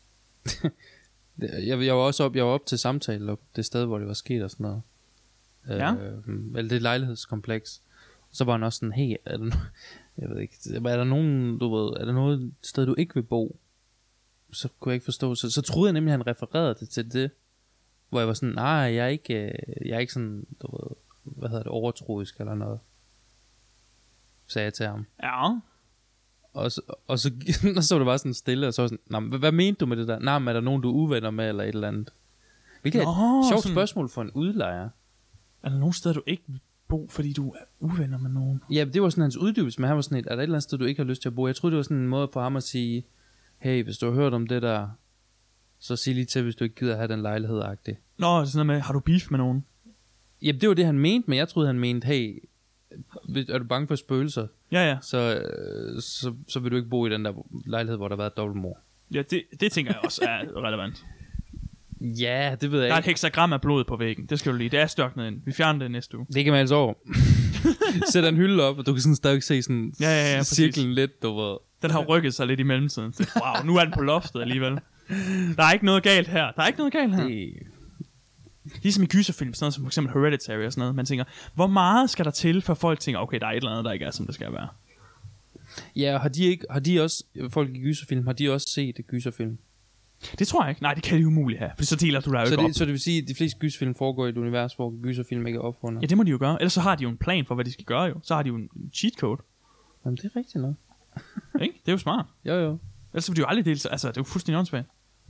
Jeg var op til samtale op det sted, hvor det var sket og sådan noget. Ja. Eller det lejlighedskompleks. Så var han også sådan, hey, jeg ved ikke, er der nogen, du ved, er der noget sted, du ikke vil bo? Så kunne jeg ikke forstå. Så troede jeg nemlig, at han refererede det til det. Hvor jeg var sådan, nej, jeg er ikke sådan, du ved, hvad hedder det, overtroisk eller noget. Sagde jeg til ham. Ja. Og så var det bare sådan stille, og så var sådan, hvad mente du med det der? Nej, men er der nogen, du er uvenner med, eller et eller andet? Hvilket er et sjovt spørgsmål for en udlejer. Er der nogen steder, du ikke vil bo, fordi du er uvenner med nogen? Ja, det var sådan hans uddybelse, men han var sådan, er der et eller andet sted, du ikke har lyst til at bo? Jeg troede, det var sådan en måde for ham at sige, hey, hvis du har hørt om det der, så sig lige til, hvis du ikke gider have den lejlighed-agtig. Nå, sådan noget med, har du beef med nogen? Jamen, det var det, han mente, men jeg troede, han mente, hey, er du bange for spøgelser? Ja. Så vil du ikke bo i den der lejlighed, hvor der har været dobbeltmord. Ja, det tænker jeg også er relevant. Ja, det ved jeg ikke. Der er et hexagram af blod på væggen. Det skal du lige. Det er størknet ind. Vi fjerner det næste uge. Det kan man altså over. Sæt en hylde op, og du kan sådan stadig se sådan cirklen lidt, du ved. Den har rykket sig lidt i mellemtiden. Wow, nu er den på loftet alligevel. Der er ikke noget galt her. Ligesom i gyserfilm, sådan noget som for eksempel Hereditary og sådan noget. Man tænker, hvor meget skal der til, for folk tænker, okay, der er et eller andet, der ikke er, som det skal være. Ja, har de også, folk i gyserfilm, har de også set gyserfilm? Det tror jeg ikke. Nej, det kan de umuligt have, for så deler du der jo ikke op. Så det vil sige, at de fleste gyserfilm foregår i et univers, hvor gyserfilm ikke er opfundet? Ja, det må de jo gøre. Ellers så har de jo en plan for, hvad de skal gøre jo. Så har de jo en cheat code. Jamen, det er rigtigt noget. Ikke? Det er jo smart. Jo. Ellers vil de jo aldrig dele sig. Altså, det er jo fuldstændig åndssvagt.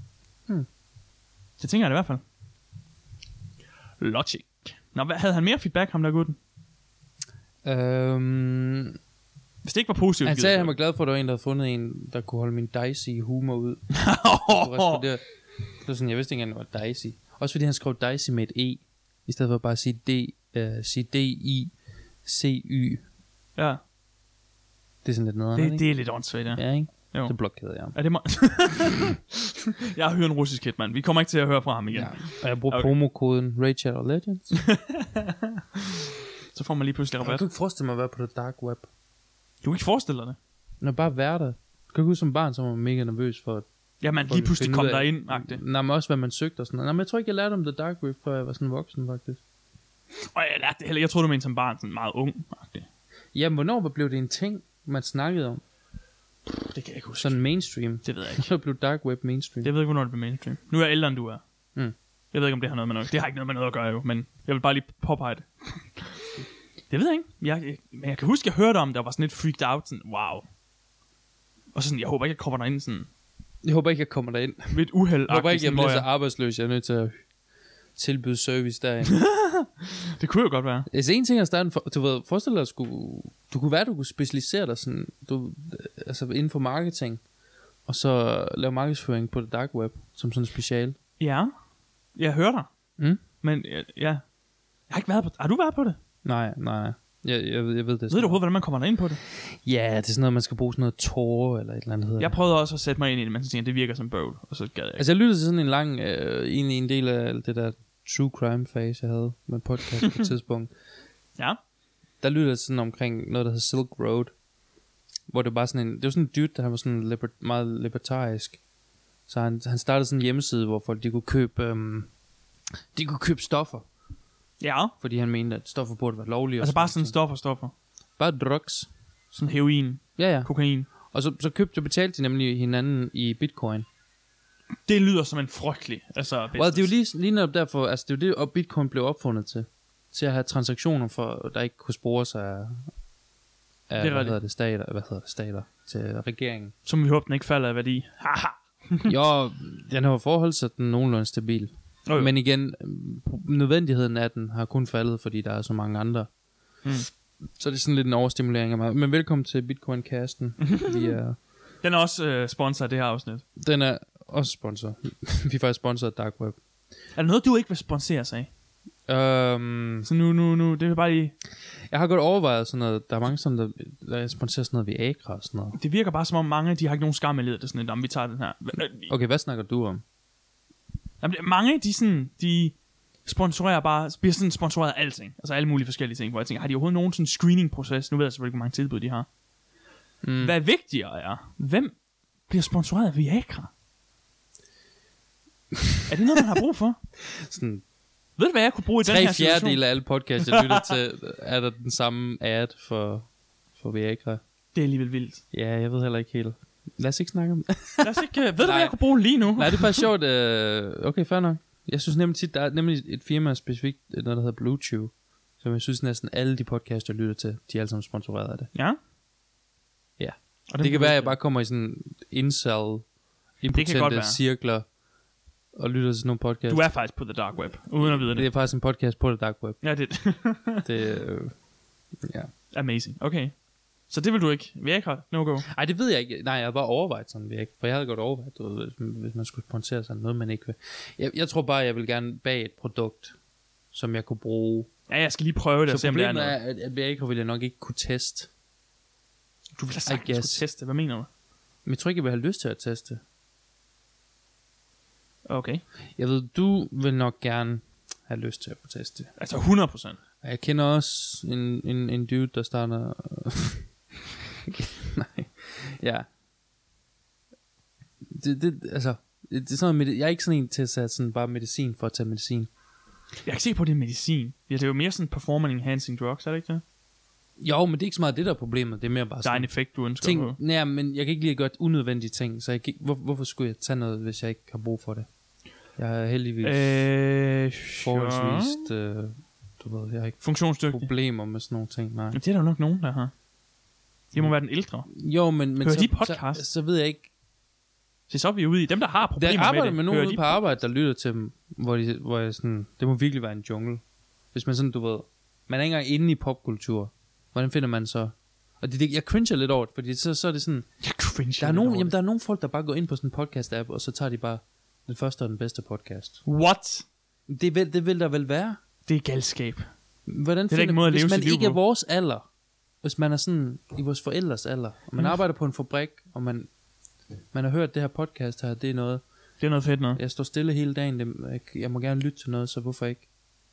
Det tænker jeg det i hvert fald. Logic. Nå, havde han mere feedback, ham der gutten? Hvis det ikke var positivt. Han sagde, at han var glad for, at der var en, der havde fundet en, der kunne holde min dicey humor ud. Det var sådan, jeg vidste ikke engang, det var dicey. Også fordi han skrev dicey med et E, i stedet for bare at sige D-I-C-Y. Ja. Det er sådan lidt nederen, det er lidt åndssvagt, ja. Ja, ikke? Jo. Så blokerede jeg ham. Er det jeg har hørt en russisk hit, mand. Vi kommer ikke til at høre fra ham igen. Ja. Og jeg bruger promokoden Rachel og Legends. Så får man lige pludselig rabat. Jeg kan ikke forestille mig at være på det dark web. Du kan ikke forestille dig det. Når bare være der. Kan du huske som barn, så var man mega nervøs for... Ja, man lige pludselig kom derind. Nej, men også hvad man søgte og sådan noget. Nej, men jeg tror ikke, jeg lærte om det dark web, før jeg var sådan voksen, faktisk. Og jeg lærte det heller. Jeg troede, du mente som barn, sådan meget ung. Jamen, hvornår blev det en ting, man snakkede om? Det kan jeg ikke huske. Sådan mainstream. Det ved jeg ikke. Så blev dark web mainstream. Jeg ved ikke, hvornår det blev mainstream. Nu er jeg ældre, end du er. Jeg ved ikke, om det har noget med noget. Det har ikke noget med noget at gøre, jo. Men jeg vil bare lige påpege det. Det ved jeg ikke. Men jeg kan huske, jeg hørte om, der var sådan lidt freaked out. Sådan, wow. Og sådan, jeg håber ikke, jeg kommer derind sådan... Jeg håber ikke, jeg kommer derind. Ved et uheld. Jeg håber ikke, jeg bliver så arbejdsløs. Jeg er nødt til at tilbyde service derinde. Det kunne jo godt være. Altså en ting er starten for, du ved, forestil dig, at du kunne specialisere dig sådan, altså inden for marketing, og så lave markedsføring på det dark web, som sådan en special. Ja, jeg hører dig. Men ja, jeg har ikke været på det. Har du været på det? Nej. Jeg ved det. Ved du overhovedet, hvordan man kommer ind på det? Ja, det er sådan noget, man skal bruge sådan noget Tor eller et eller andet hedder. Jeg prøvede også at sætte mig ind i det, men så tænkte jeg, det virker som bøvl, og så gad jeg ikke. Altså jeg lyttede til sådan en lang, en del af det der true crime phase, jeg havde med podcast på et tidspunkt. Ja. Der lyttede jeg sådan omkring noget, der hedder Silk Road, hvor det var sådan det var sådan en dude, der var sådan meget libertarisk. Så han startede sådan en hjemmeside, hvor folk de kunne købe stoffer. Ja. Fordi han mente, at stoffer burde være lovlige. Altså bare sådan stoffer. Bare drugs. Sådan heroin. Ja. Kokain. Og så betalte de nemlig hinanden i bitcoin. Det lyder som en frygtelig business. Well, det er jo lige netop derfor, altså det er jo det, og bitcoin blev opfundet til at have transaktioner, for der ikke kunne spore sig af hvad hedder det, stater til regeringen. Som vi håber, den ikke falder af værdi. Haha. Jo, den har forholdt sig den nogenlunde stabil. Men igen, nødvendigheden af den har kun faldet, fordi der er så mange andre. Så det er sådan lidt en overstimulering af mig. Men velkommen til Bitcoin-casten. Den er også sponsor af det her afsnit. Den er også sponsor. Vi er faktisk sponsor af Dark Web. Er der noget, du ikke vil sponsere sig af? Så nu, det vil bare lige... Jeg har godt overvejet sådan noget. Der er mange sådan, der sponsorer sådan noget Viagra og sådan noget. Det virker bare som om mange, de har ikke nogen skam i livet. Det er sådan, at vi tager den her. Okay, hvad snakker du om? Jamen, mange, de sponsorerer bare, bliver sådan sponsoreret af alting. Altså alle mulige forskellige ting, hvor jeg tænker, har de overhovedet nogen sådan screening-proces? Nu ved jeg selvfølgelig ikke, hvor mange tilbud de har. Hvad vigtigere er, hvem bliver sponsoreret af Viagra? Er det noget, man har brug for? Sådan, ved du, hvad jeg kunne bruge i den her situation? 3/4 af alle podcasts, jeg lytter til, er der den samme ad for Viagra. Det er alligevel vildt. Ja, jeg ved heller ikke helt. Lad os ikke snakke om det. Lad os ikke, ved du, hvad jeg kunne bruge lige nu? Nej, det er faktisk sjovt. Okay, fair nok. Jeg synes nemlig tit, der er nemlig et firma specifikt, noget der hedder Bluetooth, som jeg synes næsten alle de podcasts, jeg lytter til, de er alle sammen sponsoreret af det. Ja? Ja. Og det kan være, at jeg bare kommer i sådan incel, impotente cirkler, og lytter til sådan nogle podcasts. Du er faktisk på the dark web, uden at vide det. Det er faktisk en podcast på the dark web. Ja, det ja. Amazing, okay. Så det vil du ikke? Viagra? No go? Nej, det ved jeg ikke. Nej, jeg har bare overvejet sådan Viagra. For jeg havde godt overvejet, hvis man skulle sponsere sådan noget, man ikke vil. Jeg tror bare, jeg vil gerne bag et produkt, som jeg kunne bruge. Ja, jeg skal lige prøve det. Så problemet er, at Viagra vil jeg nok ikke kunne teste. Du vil da sagtens kunne teste. Hvad mener du? Men jeg tror ikke, jeg vil have lyst til at teste. Okay. Jeg ved, du vil nok gerne have lyst til at kunne teste. Altså 100%. Jeg kender også en dude, der starter... Nej. Ja. Altså, det er sådan, jeg er ikke sådan en til at sætte sådan bare medicin for at tage medicin. Jeg er ikke sikker på, at det er medicin. Ja, det er jo mere sådan performance enhancing drugs, er det ikke det? Jo, men det er ikke så meget det, der er problemet. Det er mere bare sådan... Der er en effekt, du ønsker på. Nej, men jeg kan ikke lide at gøre unødvendige ting, så jeg kan ikke, hvorfor skulle jeg tage noget, hvis jeg ikke har brug for det? Jeg har heldigvis forholdsvist... du ved, jeg har ikke problemer med sådan nogle ting. Nej. Jamen, det er der jo nok nogen, der har. Det må være den ældre. Jo, men hører de podcast? Så ved jeg ikke... Så er vi ude i dem, der har problemer med det. Der arbejder med nogen ude på arbejde, der lytter til dem, hvor jeg sådan... Det må virkelig være en jungle. Hvis man sådan, du ved... Man er ikke engang inde i popkultur. Hvordan finder man så... Og jeg cringer lidt over det, fordi så er det sådan... Jeg cringer der er nogen, der er nogle folk, der bare går ind på sådan en podcast-app, og så tager de bare den første og den bedste podcast. What? Det vil der vel være? Det er galskab. Hvordan det er ikke måde at leve hvis man sit liv ikke på. er vores alder, hvis man er sådan i vores forældres alder, og man arbejder på en fabrik, og man har hørt det her podcast her, det er noget fedt noget. Jeg står stille hele dagen, jeg må gerne lytte til noget, så hvorfor ikke?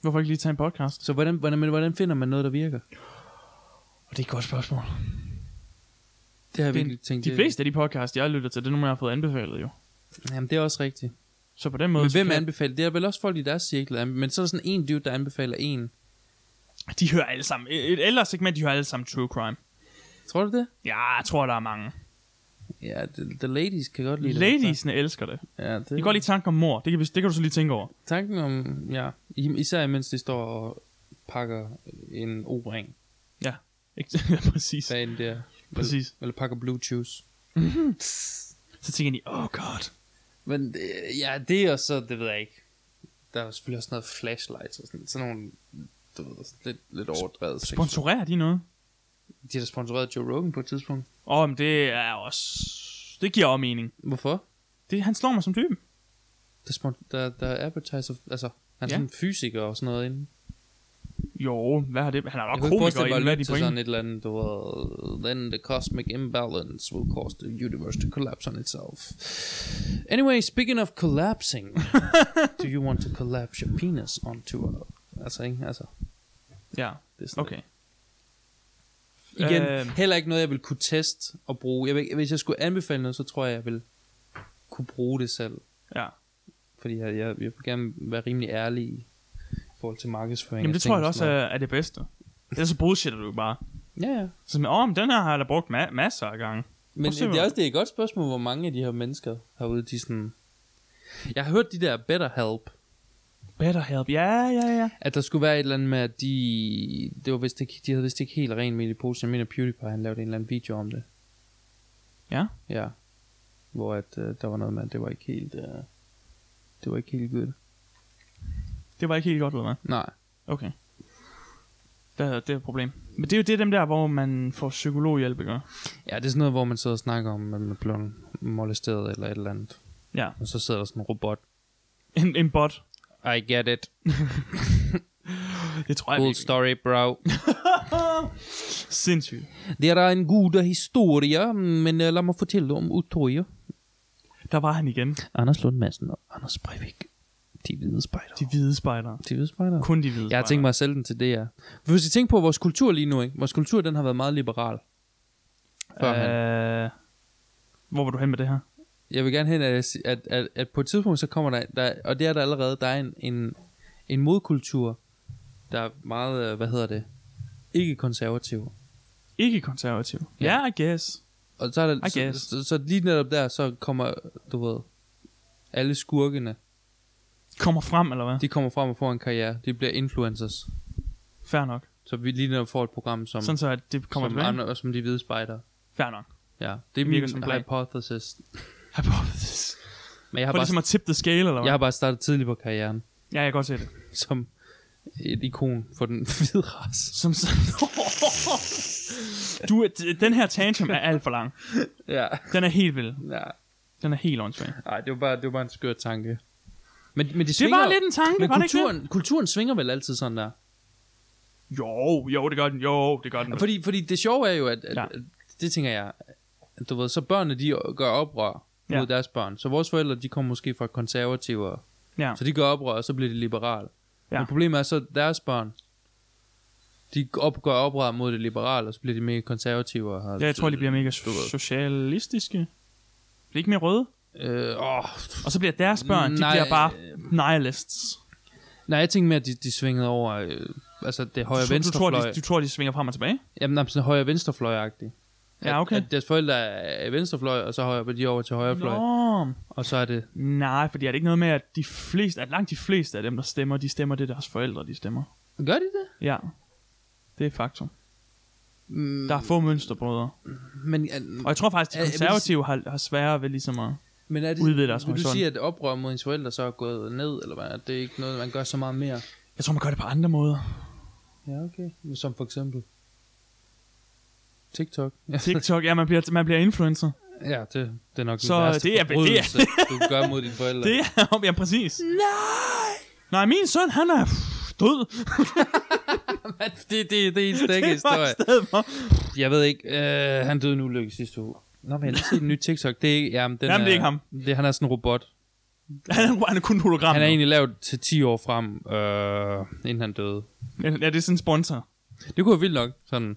Hvorfor ikke lige tage en podcast? Så hvordan finder man noget, der virker? Og det er et godt spørgsmål. Det har jeg virkelig tænkt. De fleste af de podcasts, jeg lytter til, det er nogle, jeg har fået anbefalet jo. Jamen, det er også rigtigt. Så på den måde... Men hvem anbefaler? Det er vel også folk i deres cirkel. Men så er der sådan en dude, der anbefaler en. De hører alle sammen... Et ældre segment, de hører alle sammen true crime. Tror du det? Ja, jeg tror, der er mange. Ja, the ladies kan godt lide det. Ladiesne elsker det. Ja, det. De kan godt lide tanken om mor. Det kan du så lige tænke over. Tanken om... Ja, især mens de står og pakker en O-ring. Ja, ikke præcis. Bagen der. Præcis. Eller pakker blue chews. Så tænker de, oh god. Men ja, det er så, det ved jeg ikke. Der er selvfølgelig også noget flashlights og sådan nogle, du ved, lidt overdrevet. Sponsorerer de noget? De har sponsoreret Joe Rogan på et tidspunkt. Men det er også... Det giver også mening. Hvorfor? Han slår mig som typen. Der er advertiser, altså, han er sådan en fysiker og sådan noget inde. Jo, hvad har det? Han er nok komiker. Jeg kunne ikke forestille mig til sådan et eller andet, du ved, then the cosmic imbalance will cause the universe to collapse on itself. Anyway, speaking of collapsing, do you want to collapse your penis onto a... Altså, ikke? Altså. Ja, det er sådan okay. Igen, heller ikke noget, jeg vil kunne teste og bruge. Hvis jeg skulle anbefale noget, så tror jeg vil kunne bruge det selv. Ja. Fordi jeg vil gerne være rimelig ærlig i forhold til markedsføring. Jamen det tror jeg også er det bedste. Ellers så bullshitter du bare. Ja. Så men den her har jeg da brugt masser af gange. Men det er også et godt spørgsmål, hvor mange af de her mennesker herude, de sådan... Jeg har hørt de der BetterHelp. BetterHelp, ja. At der skulle være et eller andet med, at det var vist ikke, de havde vist ikke helt rent med i posen. Jeg mener PewDiePie, han lavede en eller anden video om det. Ja? Ja. Hvor at, der var noget med, at det var ikke helt... det var ikke helt godt. Det var ikke helt godt, eller hvad? Nej. Okay. Det er et problem. Men det er jo dem der, hvor man får psykologhjælp, ikke? Ja, det er sådan noget, hvor man sidder og snakker om, at man bliver molesteret eller et eller andet. Ja. Og så sidder der sådan en robot. En bot. I get it. Det tror jeg Cool story, bro. Sindssygt. Det er en god historie, men lad mig fortælle om Utøya. Der var han igen. Anders Lund Madsen og Anders Breivik. De hvide spejdere. De hvide spejdere. Kun de hvide spejdere. Jeg har tænkt mig selv den til det, ja. Hvis I tænker på vores kultur lige nu, ikke? Vores kultur, den har været meget liberal. Hvor var du hen med det her? Jeg vil gerne hen, at på et tidspunkt, så kommer der og det er der allerede, der er en modkultur, der er meget, ikke konservativ. Ikke konservativ? Ja, I guess. Og så er der, så lige netop der, så kommer, du ved, alle skurkene. Kommer frem, eller hvad? De kommer frem og får en karriere. De bliver influencers. Fair nok. Så vi lige netop får et program, som... Sådan så, at det kommer tilbage? Andre, og som de hvide spejdere. Fair nok. Ja, det er min hypothesis. Men jeg har bare ligesom at tip the scale, eller hvad? Jeg har bare startet tidligt på karrieren. Ja, jeg kan godt se det. Som et ikon for den hvide race. Den her tantrum er alt for lang. Ja. Den er helt vild. Ja. Den er helt åndssvag. Nej, det var bare en skør tanke. Men det svinger, var lidt en tanke, var det ikke? Kulturen svinger vel altid sådan der? Jo, det gør den. Jo, det gør den. Fordi det sjove er jo, at det tænker jeg, at du ved, så børnene, de gør oprør mod deres børn. Så vores forældre, de kommer måske fra konservative. Ja. Så de gør oprør, og så bliver de liberale. Ja. Men problemet er så, deres børn, de gør oprør mod det liberale, og så bliver de mere konservative. Ja, jeg tror, de bliver mega socialistiske. Bliver de ikke mere røde? Og så bliver deres børn, de bliver bare nihilists. Nej, jeg tænker mere, at de svingede over, altså det højre-venstrefløj. Du tror, de svinger frem og tilbage? Jamen, sådan højre-venstrefløj-agtigt. Ja, okay. At deres forældre er venstrefløj, og så højre de over til højrefløj. Og så er det... Nej, fordi er det ikke noget med, at langt de fleste af dem, der stemmer, de stemmer det, deres forældre, de stemmer. Gør de det? Ja. Det er faktum. Der er få mønsterbrødre. Og jeg tror faktisk, at de konservative har sværere ved ligesom at udvide deres horisont. Vil du sige, at oprør mod ens forældre så er gået ned, eller hvad? Det er ikke noget, man gør så meget mere? Jeg tror, man gør det på andre måder. Ja, okay. Som for eksempel TikTok. Ja, man bliver influencer. Ja, det er nok så den værste forbrydelse, du gør mod dine forældre. Det er, ja, præcis. Nej, min søn, han er død. det er en stække historie. Jeg ved ikke, han døde en ulykke sidste uge. Nå, men jeg har lige set en ny TikTok. Det er ikke, det er ikke ham. Han er sådan en robot. Han er kun hologram. Han er egentlig lavet til 10 år frem, inden han døde. Ja, det er sådan en sponsor. Det kunne være vildt nok, sådan.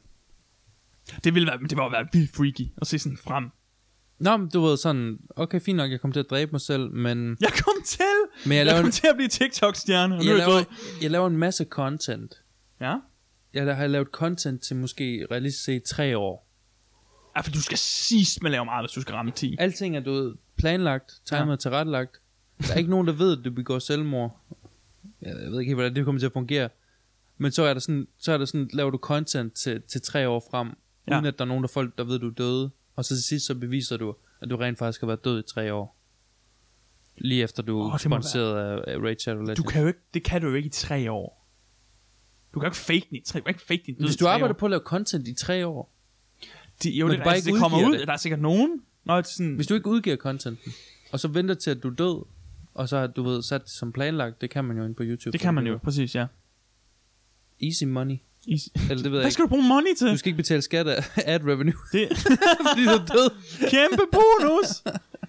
Det må være vildt freaky at se sådan frem. Nå, men du ved sådan, okay, fint nok, jeg kom til at dræbe mig selv, men... Jeg kom til at blive TikTok-stjerne. Jeg laver en masse content. Ja? Jeg har lavet content til måske realistisk set 3 år. Ja, for du skal sidst med lave meget, hvis du skal ramme 10. Alting er, du ved, planlagt, timet og tilrettelagt. Der er ikke nogen, der ved, at du begår selvmord. Jeg ved ikke helt, hvordan det kommer til at fungere. Men så er der sådan, laver du content til 3 år frem, uden at der er nogen der folk, der ved, du er døde. Og så til sidst så beviser du, at du rent faktisk har været død i 3 år. Lige efter du er sponsoreret af Raid Shadow Legends. Det kan du jo ikke i 3 år. Du kan ikke fake din død. Hvis du arbejder på at lave content i 3 år. Det kommer ud. Der er sikkert nogen. Hvis du ikke udgiver contenten, og så venter til at du er død, og så har du ved sat det som planlagt, det kan man jo inde på YouTube. Det kan man jo, præcis, ja. Easy money. Eller det ved Hvad skal du bruge money til? Du skal ikke betale skat af ad revenue. Fordi du er død. Kæmpe bonus.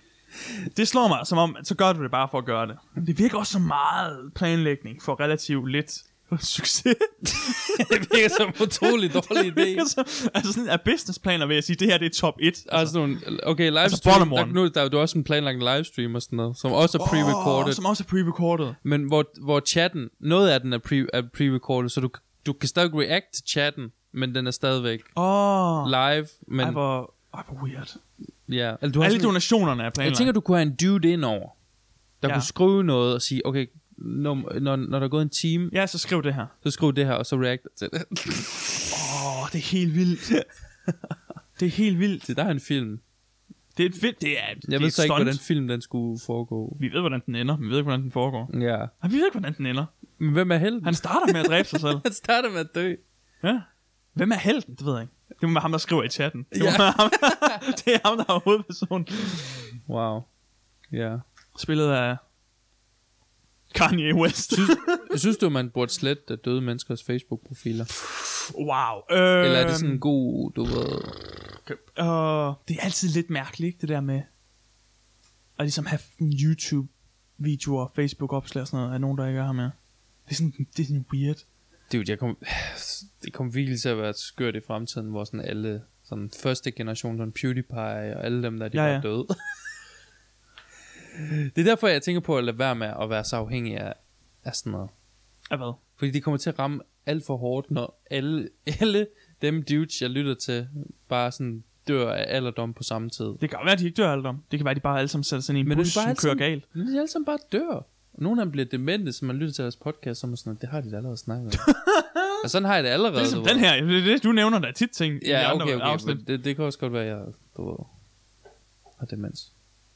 Det slår mig som om, så gør du det bare for at gøre det. Det virker også så meget planlægning for relativt lidt succes. Det virker som en utrolig dårlig idé. Altså sådan er businessplaner ved at sige, det her det er top 1. Altså nogle, okay, livestream, der er jo også en planlagt livestream og sådan noget, som også er pre-recorded. Men hvor chatten, noget af den er pre-recorded, så du kan stadig react til chatten, men den er stadigvæk live. Men Ej, hvor weird. Ja, altså, alle donationerne er planlagt. Jeg tænker, du kunne have en dude ind over, der kunne skrive noget og sige, okay, når der er gået en time, ja, så skriv det her. Så skriv det her, og så react til det. Det er helt vildt. Det er helt vildt. Der er en film. Det er et fedt. Jeg ved så ikke, hvordan film den skulle foregå. Vi ved, hvordan den ender. Vi ved ikke, hvordan den foregår. Ja. Vi ved ikke, hvordan den ender. Men hvem er helten? Han starter med at dræbe sig selv. Han starter med at dø. Ja. Hvem er helten? Det ved jeg ikke. Det må være ham, der skriver i chatten. Det er ham, der er hovedpersonen. Wow. Ja. Spillet af Kanye West. Synes du, man burde slette døde menneskers Facebook-profiler? Wow. Eller er det sådan en god, du ved... Det er altid lidt mærkeligt, det der med at ligesom have YouTube-videoer, Facebook-opslag og sådan noget, af nogen, der ikke er her mere. Det er sådan weird. Det kommer virkelig til at være skørt i fremtiden, hvor sådan alle, sådan første generation, sådan PewDiePie og alle dem der, de var døde. Det er derfor, jeg tænker på at lade være med at være så afhængig af sådan noget. Af hvad? Fordi de kommer til at ramme alt for hårdt, når alle dem dudes, jeg lytter til, bare sådan dør af alderdom på samme tid. Det kan være, at de ikke dør af alderdom. Det kan være, at de bare alle sammen sætter sådan en bus, som kører galt. Men de alle sammen bare dør. Nogle af dem bliver demente, så man lytter til deres podcast, som er sådan, det har de da allerede snakket om. Og sådan har jeg det allerede. Det er som den her, det du nævner, der er tit ting. Ja, okay, det kan også godt være, jeg har demens.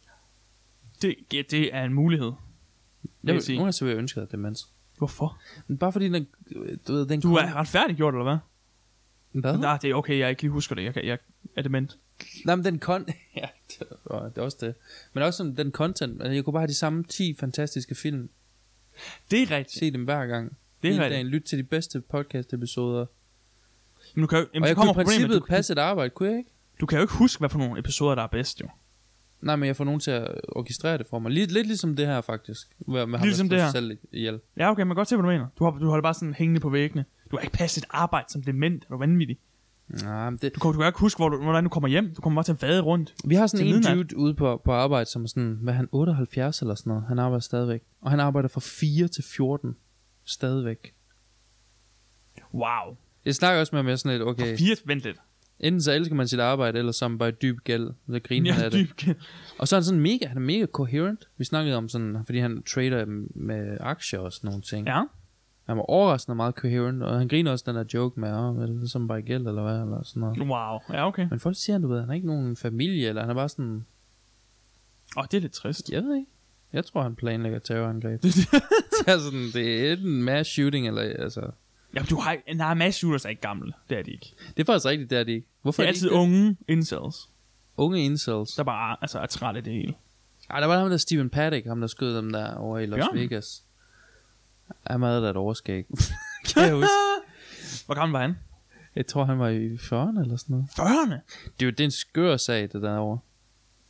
Det er en mulighed. Nogle gange så vil jeg ønske dig demens. Hvorfor? Men bare fordi du er retfærdiggjort, eller hvad? Hvad? Nej, det er okay, jeg ikke lige husker det. Jeg er dement. Nej, men ja, det er også det. Men også sådan den content. Jeg kunne bare have de samme 10 fantastiske film. Det er rigtigt. Se dem hver gang. Det er rigtigt. Lyt til de bedste podcast episoder. Men du kan jo, og jeg kunne i princippet passe et arbejde, kunne jeg ikke? Du kan jo ikke huske, hvad for nogle episoder, der er bedst, jo. Nej, men jeg får nogen til at orkestrere det for mig. Lidt ligesom det her, faktisk. Med ligesom det her. Selv ihjel. Ja, okay, men godt se, hvad du mener. Du holder bare sådan hængende på væggene. Du har ikke passet et arbejde som dement. Er du vanvittig? Nej, men det... Du kan ikke huske, hvordan du kommer hjem. Du kommer bare til at vade rundt. Vi har sådan en dude ude på arbejde, som er sådan, hvad han, 78 eller sådan noget. Han arbejder stadigvæk. Og han arbejder fra 4 til 14 stadigvæk. Wow. Jeg snakker også med ham sådan lidt, okay. For 4, vent lidt. Enten så elsker man sit arbejde, eller så er man bare dyb gæld. Så griner han af det. Gæld. Og så er han er mega coherent. Vi snakkede om sådan, fordi han trader med aktier og sådan nogle ting. Ja. Han var overraskende meget coherent, og han griner også den der joke med, er det som bare gæld, eller hvad, eller sådan noget. Wow, ja, okay. Men folk siger, du ved, han har ikke nogen familie, eller han er bare sådan... det er lidt trist. Jeg ved ikke. Jeg tror, han planlægger terrorangreb. Det er sådan, det er en mass shooting, eller altså... Jamen, mass shooters er ikke gamle. Det er de ikke. Det er faktisk rigtigt, det er de ikke. Hvorfor det er altid unge incels. Unge incels. Der bare er træt af det hele. Ej, der var ham der Stephen Paddock, ham der skød dem der over i Las Vegas. Han havde da et overskæg. Kan jeg huske. Hvor gammel var han? Jeg tror, han var i 40'erne eller sådan noget. 40'erne? Det er en skør sag, det derovre.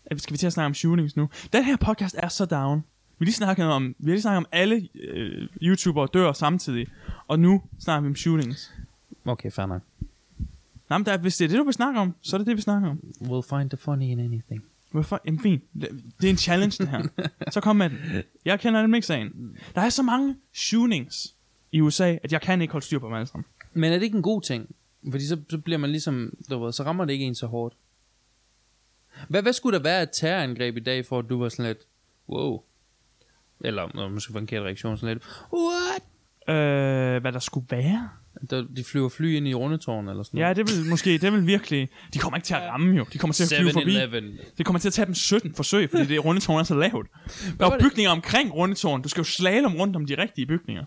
Skal vi til at snakke om shootings nu? Den her podcast er så down. Vi har lige snakket om alle YouTubere dør samtidig. Og nu snakker vi om shootings. Okay, fair nok. Nå, men hvis det er det, du vil snakke om, så er det det, vi snakker om. We'll find the funny in anything. Jamen, fint. Det er en challenge, det her. Så kom med den. Jeg kender nemlig ikke sagen. Der er så mange shootings i USA, at jeg kan ikke holde styr på dem alle sammen. Men er det ikke en god ting? Fordi så bliver man ligesom, så rammer det ikke en så hårdt. Hvad skulle der være et terrorangreb i dag, for at du var sådan lidt, wow? Eller måske for en kæld reaktion sådan lidt, what? Hvad der skulle være? De flyver fly ind i Rundetårn eller sådan noget. Ja, det vil virkelig. De kommer ikke til at ramme jo. De kommer til at flyve forbi. Det kommer til at tage dem 17 forsøg, fordi det Rundetårn er så lavt. Der er bygninger omkring Rundetårn. Du skal jo slalom rundt om de rigtige bygninger.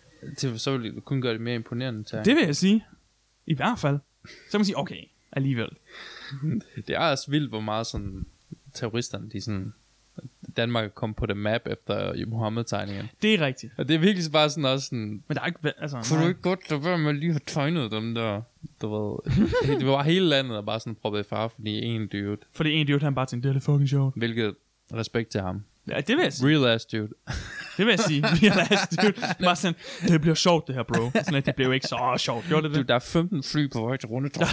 Så vil du kun gøre det mere imponerende terror. Det vil jeg sige. I hvert fald. Så kan man sige, okay, alligevel. Det er også vildt, hvor meget sådan terroristerne, de sådan, Danmark kom på the map efter Mohammed-tegningen. Det er rigtigt. Og det er virkelig bare sådan også sådan, men der er ikke, altså, kunne du ikke godt lade være med at lige have tegnet dem der, du ved. Det var hele landet, der bare sådan proppet i fare, fordi en dude, han bare tænkte, det er lidt fucking sjovt. Hvilket respekt til ham. Ja, det vil jeg sige. Real ass dude. Det vil jeg sige. Real ass dude. Bare sådan, det bliver sjovt det her, bro. Sådan, det blev ikke så sjovt. Gjorde det det? Dude, der er 15 fly på vej til Rundetårn.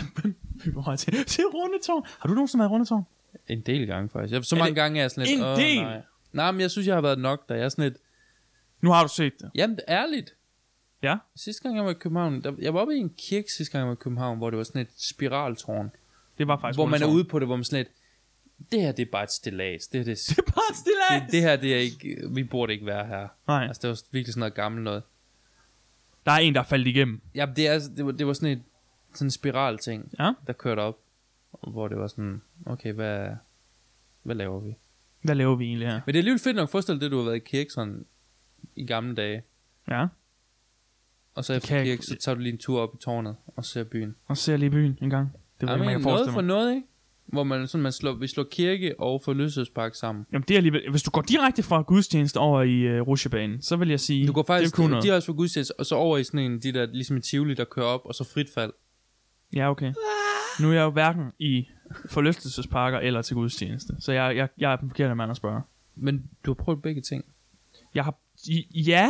Til Rundetårn. Har du nogensinde været i Rundetårn? En del gange faktisk. Så mange gange er jeg sådan lidt, en del? Nej, men jeg synes, jeg har været nok der. Jeg er sådan lidt, nu har du set det. Jamen, det er ærligt. Ja. Sidste gang jeg var i København, jeg var oppe i en kirke sidste gang jeg var i København, hvor det var sådan et spiraltårn. Det var faktisk hvor man er ude på det, hvor man sådan lidt, det her det er bare et stillads. Det er bare et stillads. Det her det er ikke, vi burde ikke være her. Nej. Altså det var virkelig sådan noget gammelt noget. Der er en der er faldet igennem. Ja, det var sådan en spiral ting, der kørte op, hvor det var sådan, okay, hvad laver vi? Hvad laver vi egentlig her? Men det er alligevel fedt nok at forestille det, du har været i kirke sådan i gamle dage. Ja. Og så efter kirke, så tager du lige en tur op i tårnet og ser byen. Og ser lige byen en gang. Det var man kan forestille mig. For noget, ikke? Hvor man sådan, vi slår kirke og forlystelsespark sammen. Jamen det er alligevel, hvis du går direkte fra gudstjeneste over i Rutsjebanen, så vil jeg sige, du går faktisk direkte fra gudstjeneste og så over i sådan en, de der ligesom i Tivoli, der kører op, og så frit fald. Ja, okay. Nu er jeg jo hverken i forlystelsesparker eller til gudstjeneste, så jeg er den forkerte mand at spørge. Men du har prøvet begge ting. Jeg har, ja.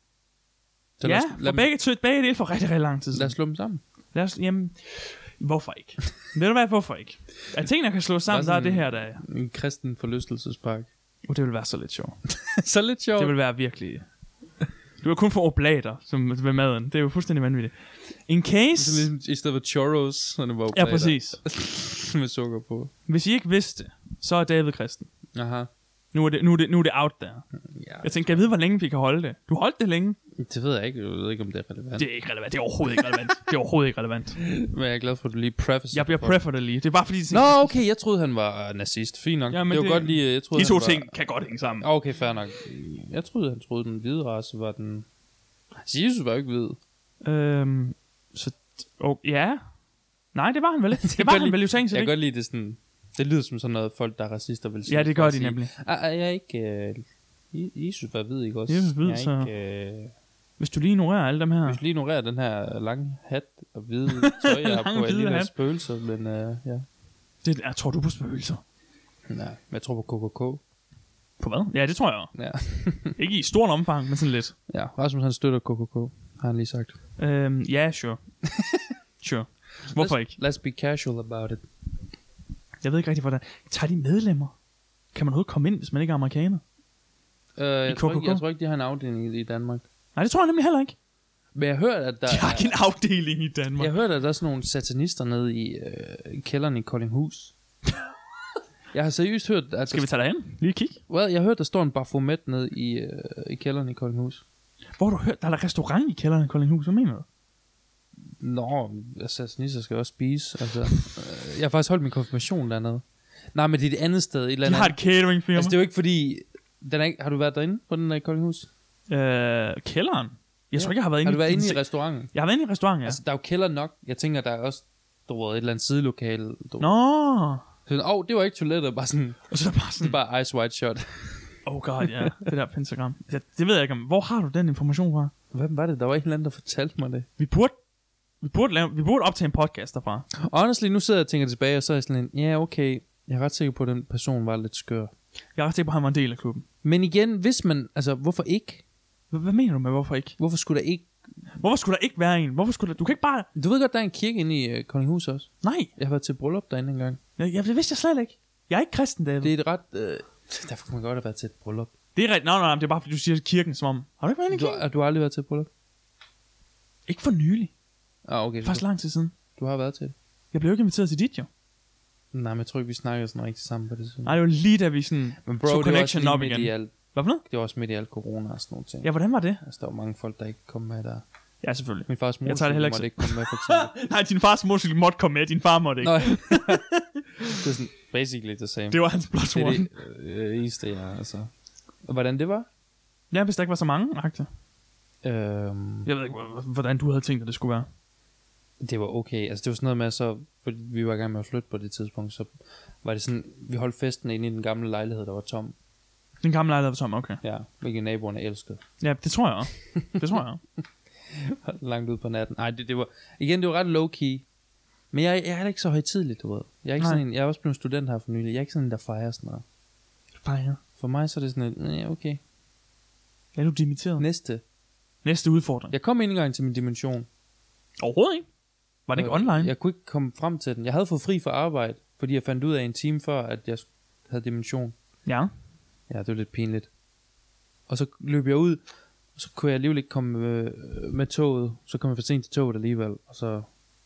Ja, for begge dele for rigtig, rigtig lang tid siden. Lad os slå dem sammen. Jamen, hvorfor ikke? Ved du hvad, hvorfor ikke? At tingene kan slå sammen, der er det her, der er en kristen forlystelsespark. Det vil være så lidt sjovt. Så lidt sjovt. Det vil være virkelig. Du har kun få oblater som ved maden. Det er jo fuldstændig vanvittigt. In case så ligesom, i stedet for churros, så det var oblater. Ja, præcis. Med sukker på. Hvis I ikke vidste, så er David kristen. Aha. Nu er det out there. Ja. Jeg tænker, kan jeg vide, hvor længe vi kan holde det? Du holdt det længe. Det ved jeg ikke. Jeg ved ikke, om det er relevant. Det er ikke relevant. Det er overhovedet ikke relevant. Det er overhovedet ikke relevant. Men jeg er glad for, at du lige prefacer. Jeg bliver prefer det lige. Det er bare fordi... Nå, okay. Jeg troede, han var nazist. Fint nok. Ja, det var godt lige... Jeg troede, de to ting kan godt hænge sammen. Okay, fair nok. Jeg troede, han troede, den hvide race var den... Jesus var jo ikke hvid. Så... ja. Nej, det var han vel ikke. Det var han vel jo tænkt sig. Jeg kan godt lide det sådan... Det lyder som sådan noget, folk, der er racister, vil sige. Ja, det gør de nemlig. Jeg er ikke... Jesus var hvid, ikke også? Jesus hvid, så... Hvis du lige ignorerer alle dem her... Hvis du lige ignorerer den her lange hat og hvide tøj, jeg har på alligevel spøgelser, men ja. Jeg tror du på spøgelser? Nej, men jeg tror på KKK. På hvad? Ja, det tror jeg også. Ja. Ikke i stort omfang, men sådan lidt. Ja, Rasmus han støtter KKK, har han lige sagt. Ja, sure. Sure. Hvorfor ikke? Let's be casual about it. Jeg ved ikke rigtig, hvordan... Tager de medlemmer? Kan man overhovedet komme ind, hvis man ikke er amerikaner? Jeg tror ikke, de har en afdeling i Danmark. Nej, det tror jeg nemlig heller ikke. Men jeg har hørt, at der de har ikke en afdeling i Danmark. Jeg har hørt, at der er sådan nogle satanister nede i kælderen i Koldinghus. Jeg har seriøst hørt... At skal vi tage derhen? Lige kig. Well, jeg har hørt, der står en Baphomet nede i kælderen i Koldinghus. Hvor har du hørt? Der er der restaurant i kælderen i Koldinghus. Hvad mener du? Nå, satanister skal også spise. Altså, jeg har faktisk holdt min konfirmation dernede. Nej, men det er et andet sted. Et eller andet. De har et cateringfirma. Altså, det er jo ikke fordi... har du været derinde på den der i Koldinghus? Kælderen? Jeg tror ikke, jeg har været inde i... Har du været inde i restauranten? Jeg har været inde i restauranten, ja. Altså, der er jo kælder nok. Jeg tænker, der er også et eller andet sidelokale. Nå! Så, det var ikke toilettet, bare sådan... Og så bare sådan... Det er bare ice white shot. Oh god, ja. Det der pentagram. Det ved jeg ikke om... Hvor har du den information fra? Hvem var det? Der var ikke en anden, der fortalte mig det. Vi burde optage en podcast derfra. Honestly, nu sidder jeg og tænker tilbage, og så er jeg sådan en... Ja, okay. Jeg er ret sikker på, at den person var lidt skør. Jeg er ret sikker på, at han var en del af klubben. Men igen, hvis man... Altså, hvorfor ikke? Hvad mener du med, hvorfor ikke? Hvorfor skulle der ikke være en? Hvorfor skulle der... Du kan ikke bare... Du ved godt, der er en kirke inde i Konginghus også. Nej. Jeg har været til bryllup derinde engang. Det vidste jeg slet ikke. Jeg er ikke kristen, David. Det er et ret... Derfor kan man godt have været til et bryllup. Det er rigtigt. Nej, det er bare fordi, du siger kirken som om... Har du ikke været inde i kirken? Du har aldrig været til et bryllup? Ikke for nylig. Okay. Faktisk lang tid siden. Du har været til det? Jeg blev ikke inviteret til dit, jo. Nej, men jeg tror ikke, vi snakkede sådan rigtig sammen på det. Nej, det var lige da vi sådan... Men bro, så connection op igen. Hvad for noget? Det var også midt i alt corona og sådan nogle ting. Ja, hvordan var det? Altså, der var mange folk, der ikke kom med der. Ja, selvfølgelig. Min fars motorcykel måtte ikke komme med, for eksempel. Nej, din fars motorcykel måtte komme med, din far måtte ikke. Det er sådan basically the same. Det var hans plus one. Det er det eneste, ja, altså. Og hvordan det var? Ja, hvis der ikke var så mange akter. Jeg ved ikke, hvordan du havde tænkt, at det skulle være. Det var okay. Altså, det var sådan noget med, så, fordi vi var i gang med at flytte på det tidspunkt, så var det sådan, vi holdt festen inde i den gamle lejlighed, der var tom. Den gamle lejlighed var tom, okay. Ja, hvilket naboerne elskede. Ja, det tror jeg også. Det tror jeg også. Langt ud på natten. Nej, det var, igen, det var ret low-key. Men jeg er heller ikke så højtidligt, du ved. Jeg er ikke sådan en, jeg er også blevet student her for nylig. Jeg er ikke sådan en, der fejrer sådan noget. Fejrer? For mig så er det sådan et, ja, okay. Er du dimitteret? Næste udfordring. Jeg kom ikke engang til min dimension. Overhovedet ikke? Var det ikke online? Jeg kunne ikke komme frem til den. Jeg havde fået fri fra arbejde, fordi jeg fandt ud af en time før, at jeg havde dimension. Ja. Ja, det var lidt pinligt. Og så løb jeg ud, og så kunne jeg alligevel ikke komme med toget. Så kom jeg for sent til toget alligevel, og så...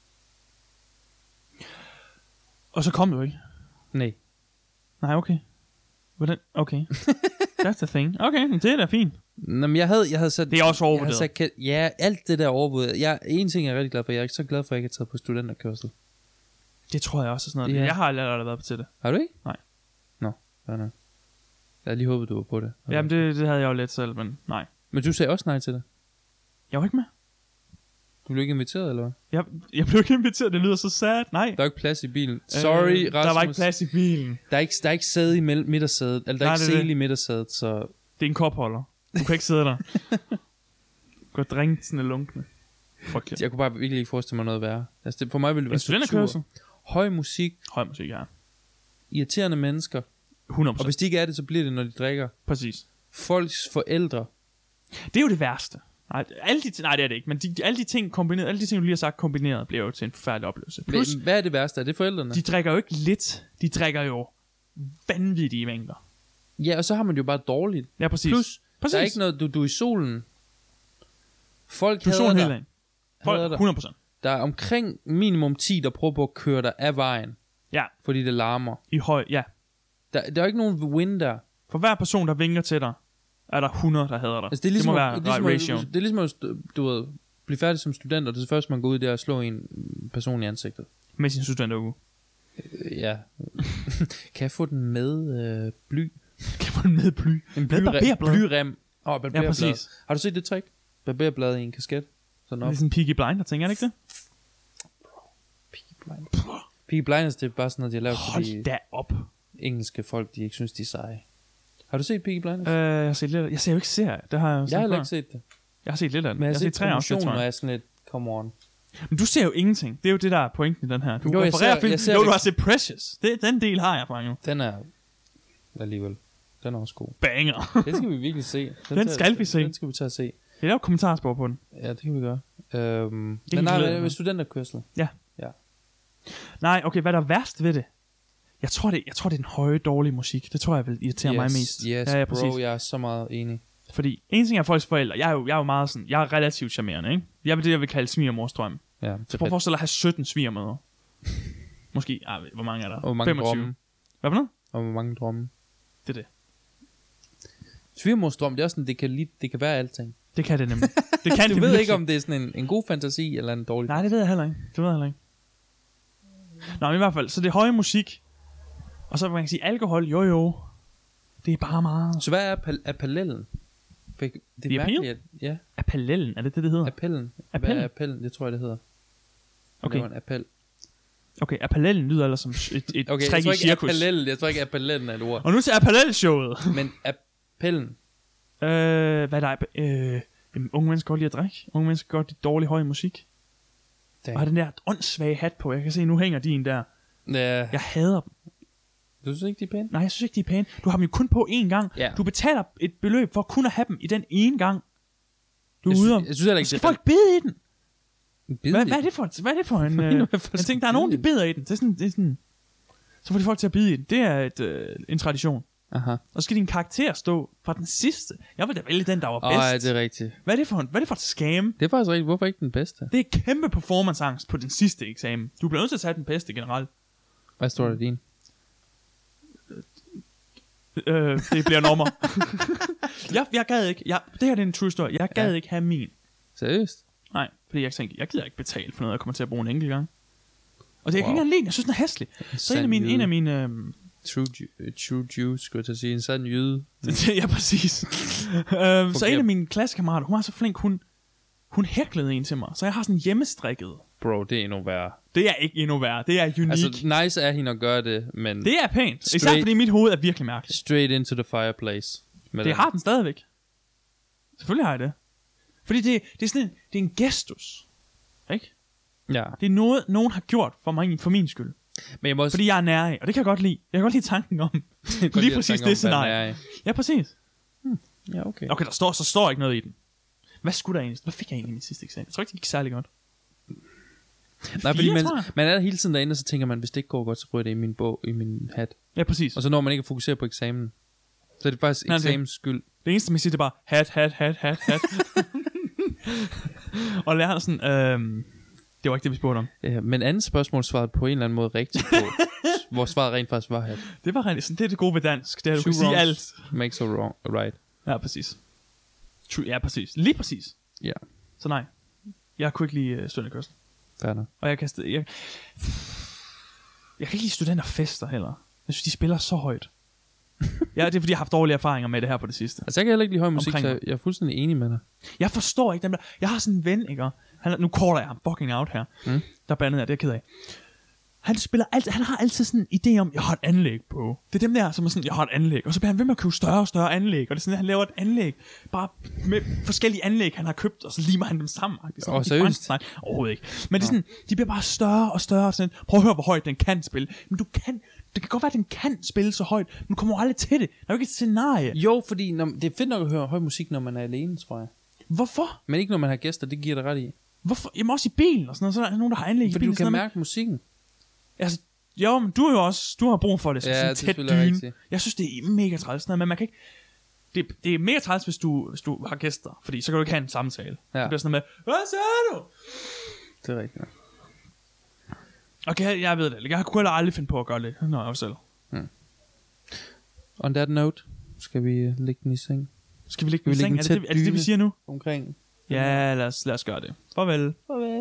Og så kom du ikke? Nej. Nej, okay. Hvordan? Okay. That's the thing. Okay, det er da fint. Nå, men jeg havde sat... Det er også overvurderet. Ja, alt det der overvurderet. En ting er jeg rigtig glad for. Jeg er ikke så glad for, at jeg ikke har taget på studenterkørsel. Det tror jeg også er sådan noget. Ja. Jeg har aldrig været til det. Har du ikke? Nej. Nå, nej. Jeg havde lige håbet, du var på det. Jamen, det havde jeg jo lidt selv, men nej. Men du sagde også nej til det? Jeg var ikke med. Du blev ikke inviteret, eller hvad? Jeg blev ikke inviteret, det lyder så sad. Nej. Der er ikke plads i bilen. Sorry, Rasmus. Der var ikke plads i bilen. Der er ikke sæde i midtersædet. Eller der er ikke sele i midtersædet, så... Det er en kopholder. Du kan ikke sidde der. Du kan drikke sådan en lunkne. Fuck yeah. Jeg kunne bare virkelig ikke forestille mig noget værre. Altså, for mig ville det være studenterkørsel. Høj musik, ja. Irriterende mennesker. 100%. Og hvis de ikke er det, så bliver det, når de drikker. Præcis. Folks forældre. Det er jo det værste. Nej, det er det ikke. Men alle de ting kombineret, alle de ting, du lige har sagt kombineret, bliver jo til en forfærdelig oplevelse. Plus, hvad er det værste? Er det forældrene? De drikker jo ikke lidt. De drikker jo vanvittige mængder. Ja, og så har man det jo bare dårligt. Ja, præcis. Plus, der er ikke noget, du er i solen. Folk hader dig. Folk, 100%. Der er omkring minimum 10, der prøver på at køre dig af vejen. Ja. Fordi det larmer. I høj, ja. Der er ikke nogen win der. For hver person, der vinker til dig, er der 100, der hader dig. Altså, det er ligesom, det må være ratio. Det er ligesom at du ved, blive færdig som student, og det første, man går ud, det er at slå en person i ansigtet. Med sin studenteruge. Ja. Kan jeg få den med bly? Kan jeg få den med bly? En blyrem. Ja, præcis. Har du set det trick? Barberblad i en kasket. Sådan op. Det er sådan en Peaky Blinder, tænker jeg ikke det? Peaky Blinders, det er bare sådan noget, de har lavet, fordi da op. Engelske folk, de ikke synes, de er seje. Har du set Peaky Blinders? Jeg har set lidt. Jeg ser jo ikke serier. Det har jeg heller ikke set det. Jeg har set lidt af det. Men jeg har set 3 afsnit, tror jeg. Og jeg er sådan lidt, come on. Men du ser jo ingenting. Det er jo det, der er pointen i den her. Du refererer film. Du har set Precious. Den del har jeg fanget. Den er alligevel. Den er også god. Banger. Det skal vi virkelig se. Den skal vi se. Den skal vi tage at se. Jeg laver kommentarspor på den. Ja, det kan vi gøre. Men nej, med studenterkørsel. Ja. Nej, okay, hvad der er værst ved det? Jeg tror, det er den høje, dårlige musik. Det tror jeg vil irritere mig mest. Yes, ja, bro, jeg er så meget enig. Fordi en ting er folks forældre. Jeg er jo meget sådan, jeg er relativt charmerende, ikke? Jeg vil det, jeg vil kalde svigermorstrøm. Ja, så prøv at forestille dig at have 17 svigermødre. Måske, hvor mange er der? Og 25. Drømme. Hvad for noget? Og hvor mange drømme. Det er det. Svigermorstrøm, det er også sådan, det kan være alting. Det kan det nemlig. Det kan du ved ikke, om det er sådan en god fantasi, eller en dårlig. Nej, det ved jeg heller ikke. Nå, men i hvert fald, så det er høje musik. Og så kan man sige, alkohol, jo. Det er bare meget. Så hvad er appellen? Det er mærkeligt, ja. Appellen, er det hedder? Appellen. Hvad er appellen? Det tror jeg, det hedder. Okay. Det var en appel. Okay, appellen lyder eller som et okay, træk i cirkus. Jeg tror ikke appellen er et ord. Og nu til appellelshowet. Men appellen. Hvad er der? Unge mennesker godt lide at drikke. Unge mennesker godt lide dårlig høj musik. Og har den der åndssvage hat på. Jeg kan se, nu hænger din der. Ja. Jeg hader dem. Du synes ikke, de er pæne? Nej, jeg synes ikke, de er pæne. Du har dem jo kun på én gang. Ja. Du betaler et beløb for at kun at have dem i den ene gang. Du er ude om. Jeg synes heller ikke, skal folk bede i den? Hvad er det for en... jeg tænker, der er nogen, der beder i den. Det er sådan... Så får de folk til at bide i den. Det er en tradition. Aha. Og så skal din karakter stå fra den sidste. Jeg vil da vælge den, der var bedst. Ja, det er rigtigt. Hvad er det for et scam? Det er faktisk rigtigt. Hvorfor ikke den bedste? Det er kæmpe performanceangst på den sidste eksamen. Du bliver nødt til at tage den bedste generelt. Hvad står der din? Det bliver nummer. jeg gad ikke. Det her det er en true story. Jeg gad ikke have min. Seriøst? Nej, fordi jeg tænkte, jeg gider ikke betale for noget, jeg kommer til at bruge en enkelt gang. Og det er ikke engang lide. Jeg synes, den er hæslig. Så en af mine True Jew, skulle jeg til at sige. En sand jyde. Ja, præcis. Så en af mine klassekammerater, hun var så flink, hun hæklede en til mig. Så jeg har sådan hjemmestrikket. Bro, det er endnu værre. Det er ikke endnu værre. Det er unique. Altså, nice er hende at gøre det, men... Det er pænt. Især fordi mit hoved er virkelig mærkeligt. Straight into the fireplace. Det har den stadigvæk. Selvfølgelig har jeg det. Fordi det er sådan det er en gestus. Ikke? Ja. Det er noget, nogen har gjort for min skyld. Men jeg må også... Fordi jeg er nær, og det kan jeg godt lide. Jeg kan godt lide tanken om lige præcis det scenarie. Ja, præcis. Ja, okay. Okay, så står ikke noget i den. Hvad skulle der egentlig? Hvad fik jeg egentlig i min sidste eksamen? Jeg tror ikke, det gik særlig godt. Nej, fordi man er hele tiden derinde, og så tænker man, hvis det ikke går godt, så ryger det i min bog, i min hat. Ja, præcis. Og så når man ikke at fokusere på eksamen. Så er det faktisk eksamens skyld. Det eneste, man siger, det er bare hat. Og læreren sådan, det var ikke det, vi spurgte om. Ja, men andet spørgsmål svarede på en eller anden måde rigtigt på, hvor svaret rent faktisk var hat. Det var rent, sådan, det er det gode ved dansk. Det er, du kan sige alt. Makes a wrong, right. Ja, præcis. Ja, præcis. Lige præcis. Ja. Så nej, jeg kunne ikke lide studenterkørsel. Færdig. Og jeg kan ikke lide studenterfester heller. Jeg synes, de spiller så højt. Ja, det er fordi, jeg har haft dårlige erfaringer med det her på det sidste. Altså, jeg kan heller ikke lide høj musik, så jeg er fuldstændig enig med dig. Jeg forstår ikke dem der. Jeg har sådan en ven, ikke? Nu caller jeg ham fucking out her. Der bandet er, det er ked af. Han har altid sådan en idé om, jeg har et anlæg på. Det er dem der, som er sådan, jeg har et anlæg. Og så bliver han ved med at købe større og større anlæg. Og det er sådan, at han laver et anlæg. Bare med forskellige anlæg, han har købt. Og så limer han dem sammen. Seriøst? Overhovedet ikke. Men det er sådan, de bliver bare større og større. Og sådan, prøv at høre, hvor højt den kan spille. Men det kan godt være, at den kan spille så højt. Men du kommer aldrig til det. Der er jo ikke et scenarie. Jo, fordi det er fedt nok at høre høj musik, når man er alene, tror jeg. Hvorfor? Men ikke når man har gæster, det giver dig ret i. Hvorfor? Jamen også i bilen og sådan noget. Så er der nogen, der har anlæg i bilen. Fordi du kan mærke musikken. Altså, jo, men du har brug for det som sådan tæt dyne. Rigtigt. Jeg synes, det er mega træls, men man kan ikke... Det er mega træls, hvis du har gæster, fordi så kan du ikke have en samtale. Ja. Det bliver sådan med, hvad sagde du? Det er rigtigt. Okay, jeg ved det. Jeg kunne aldrig finde på at gøre det, når jeg var selv. On that note, skal vi lægge den i seng? Skal vi lægge den i seng? Er det det, vi siger nu? Omkring. Ja, lad os gøre det. Farvel.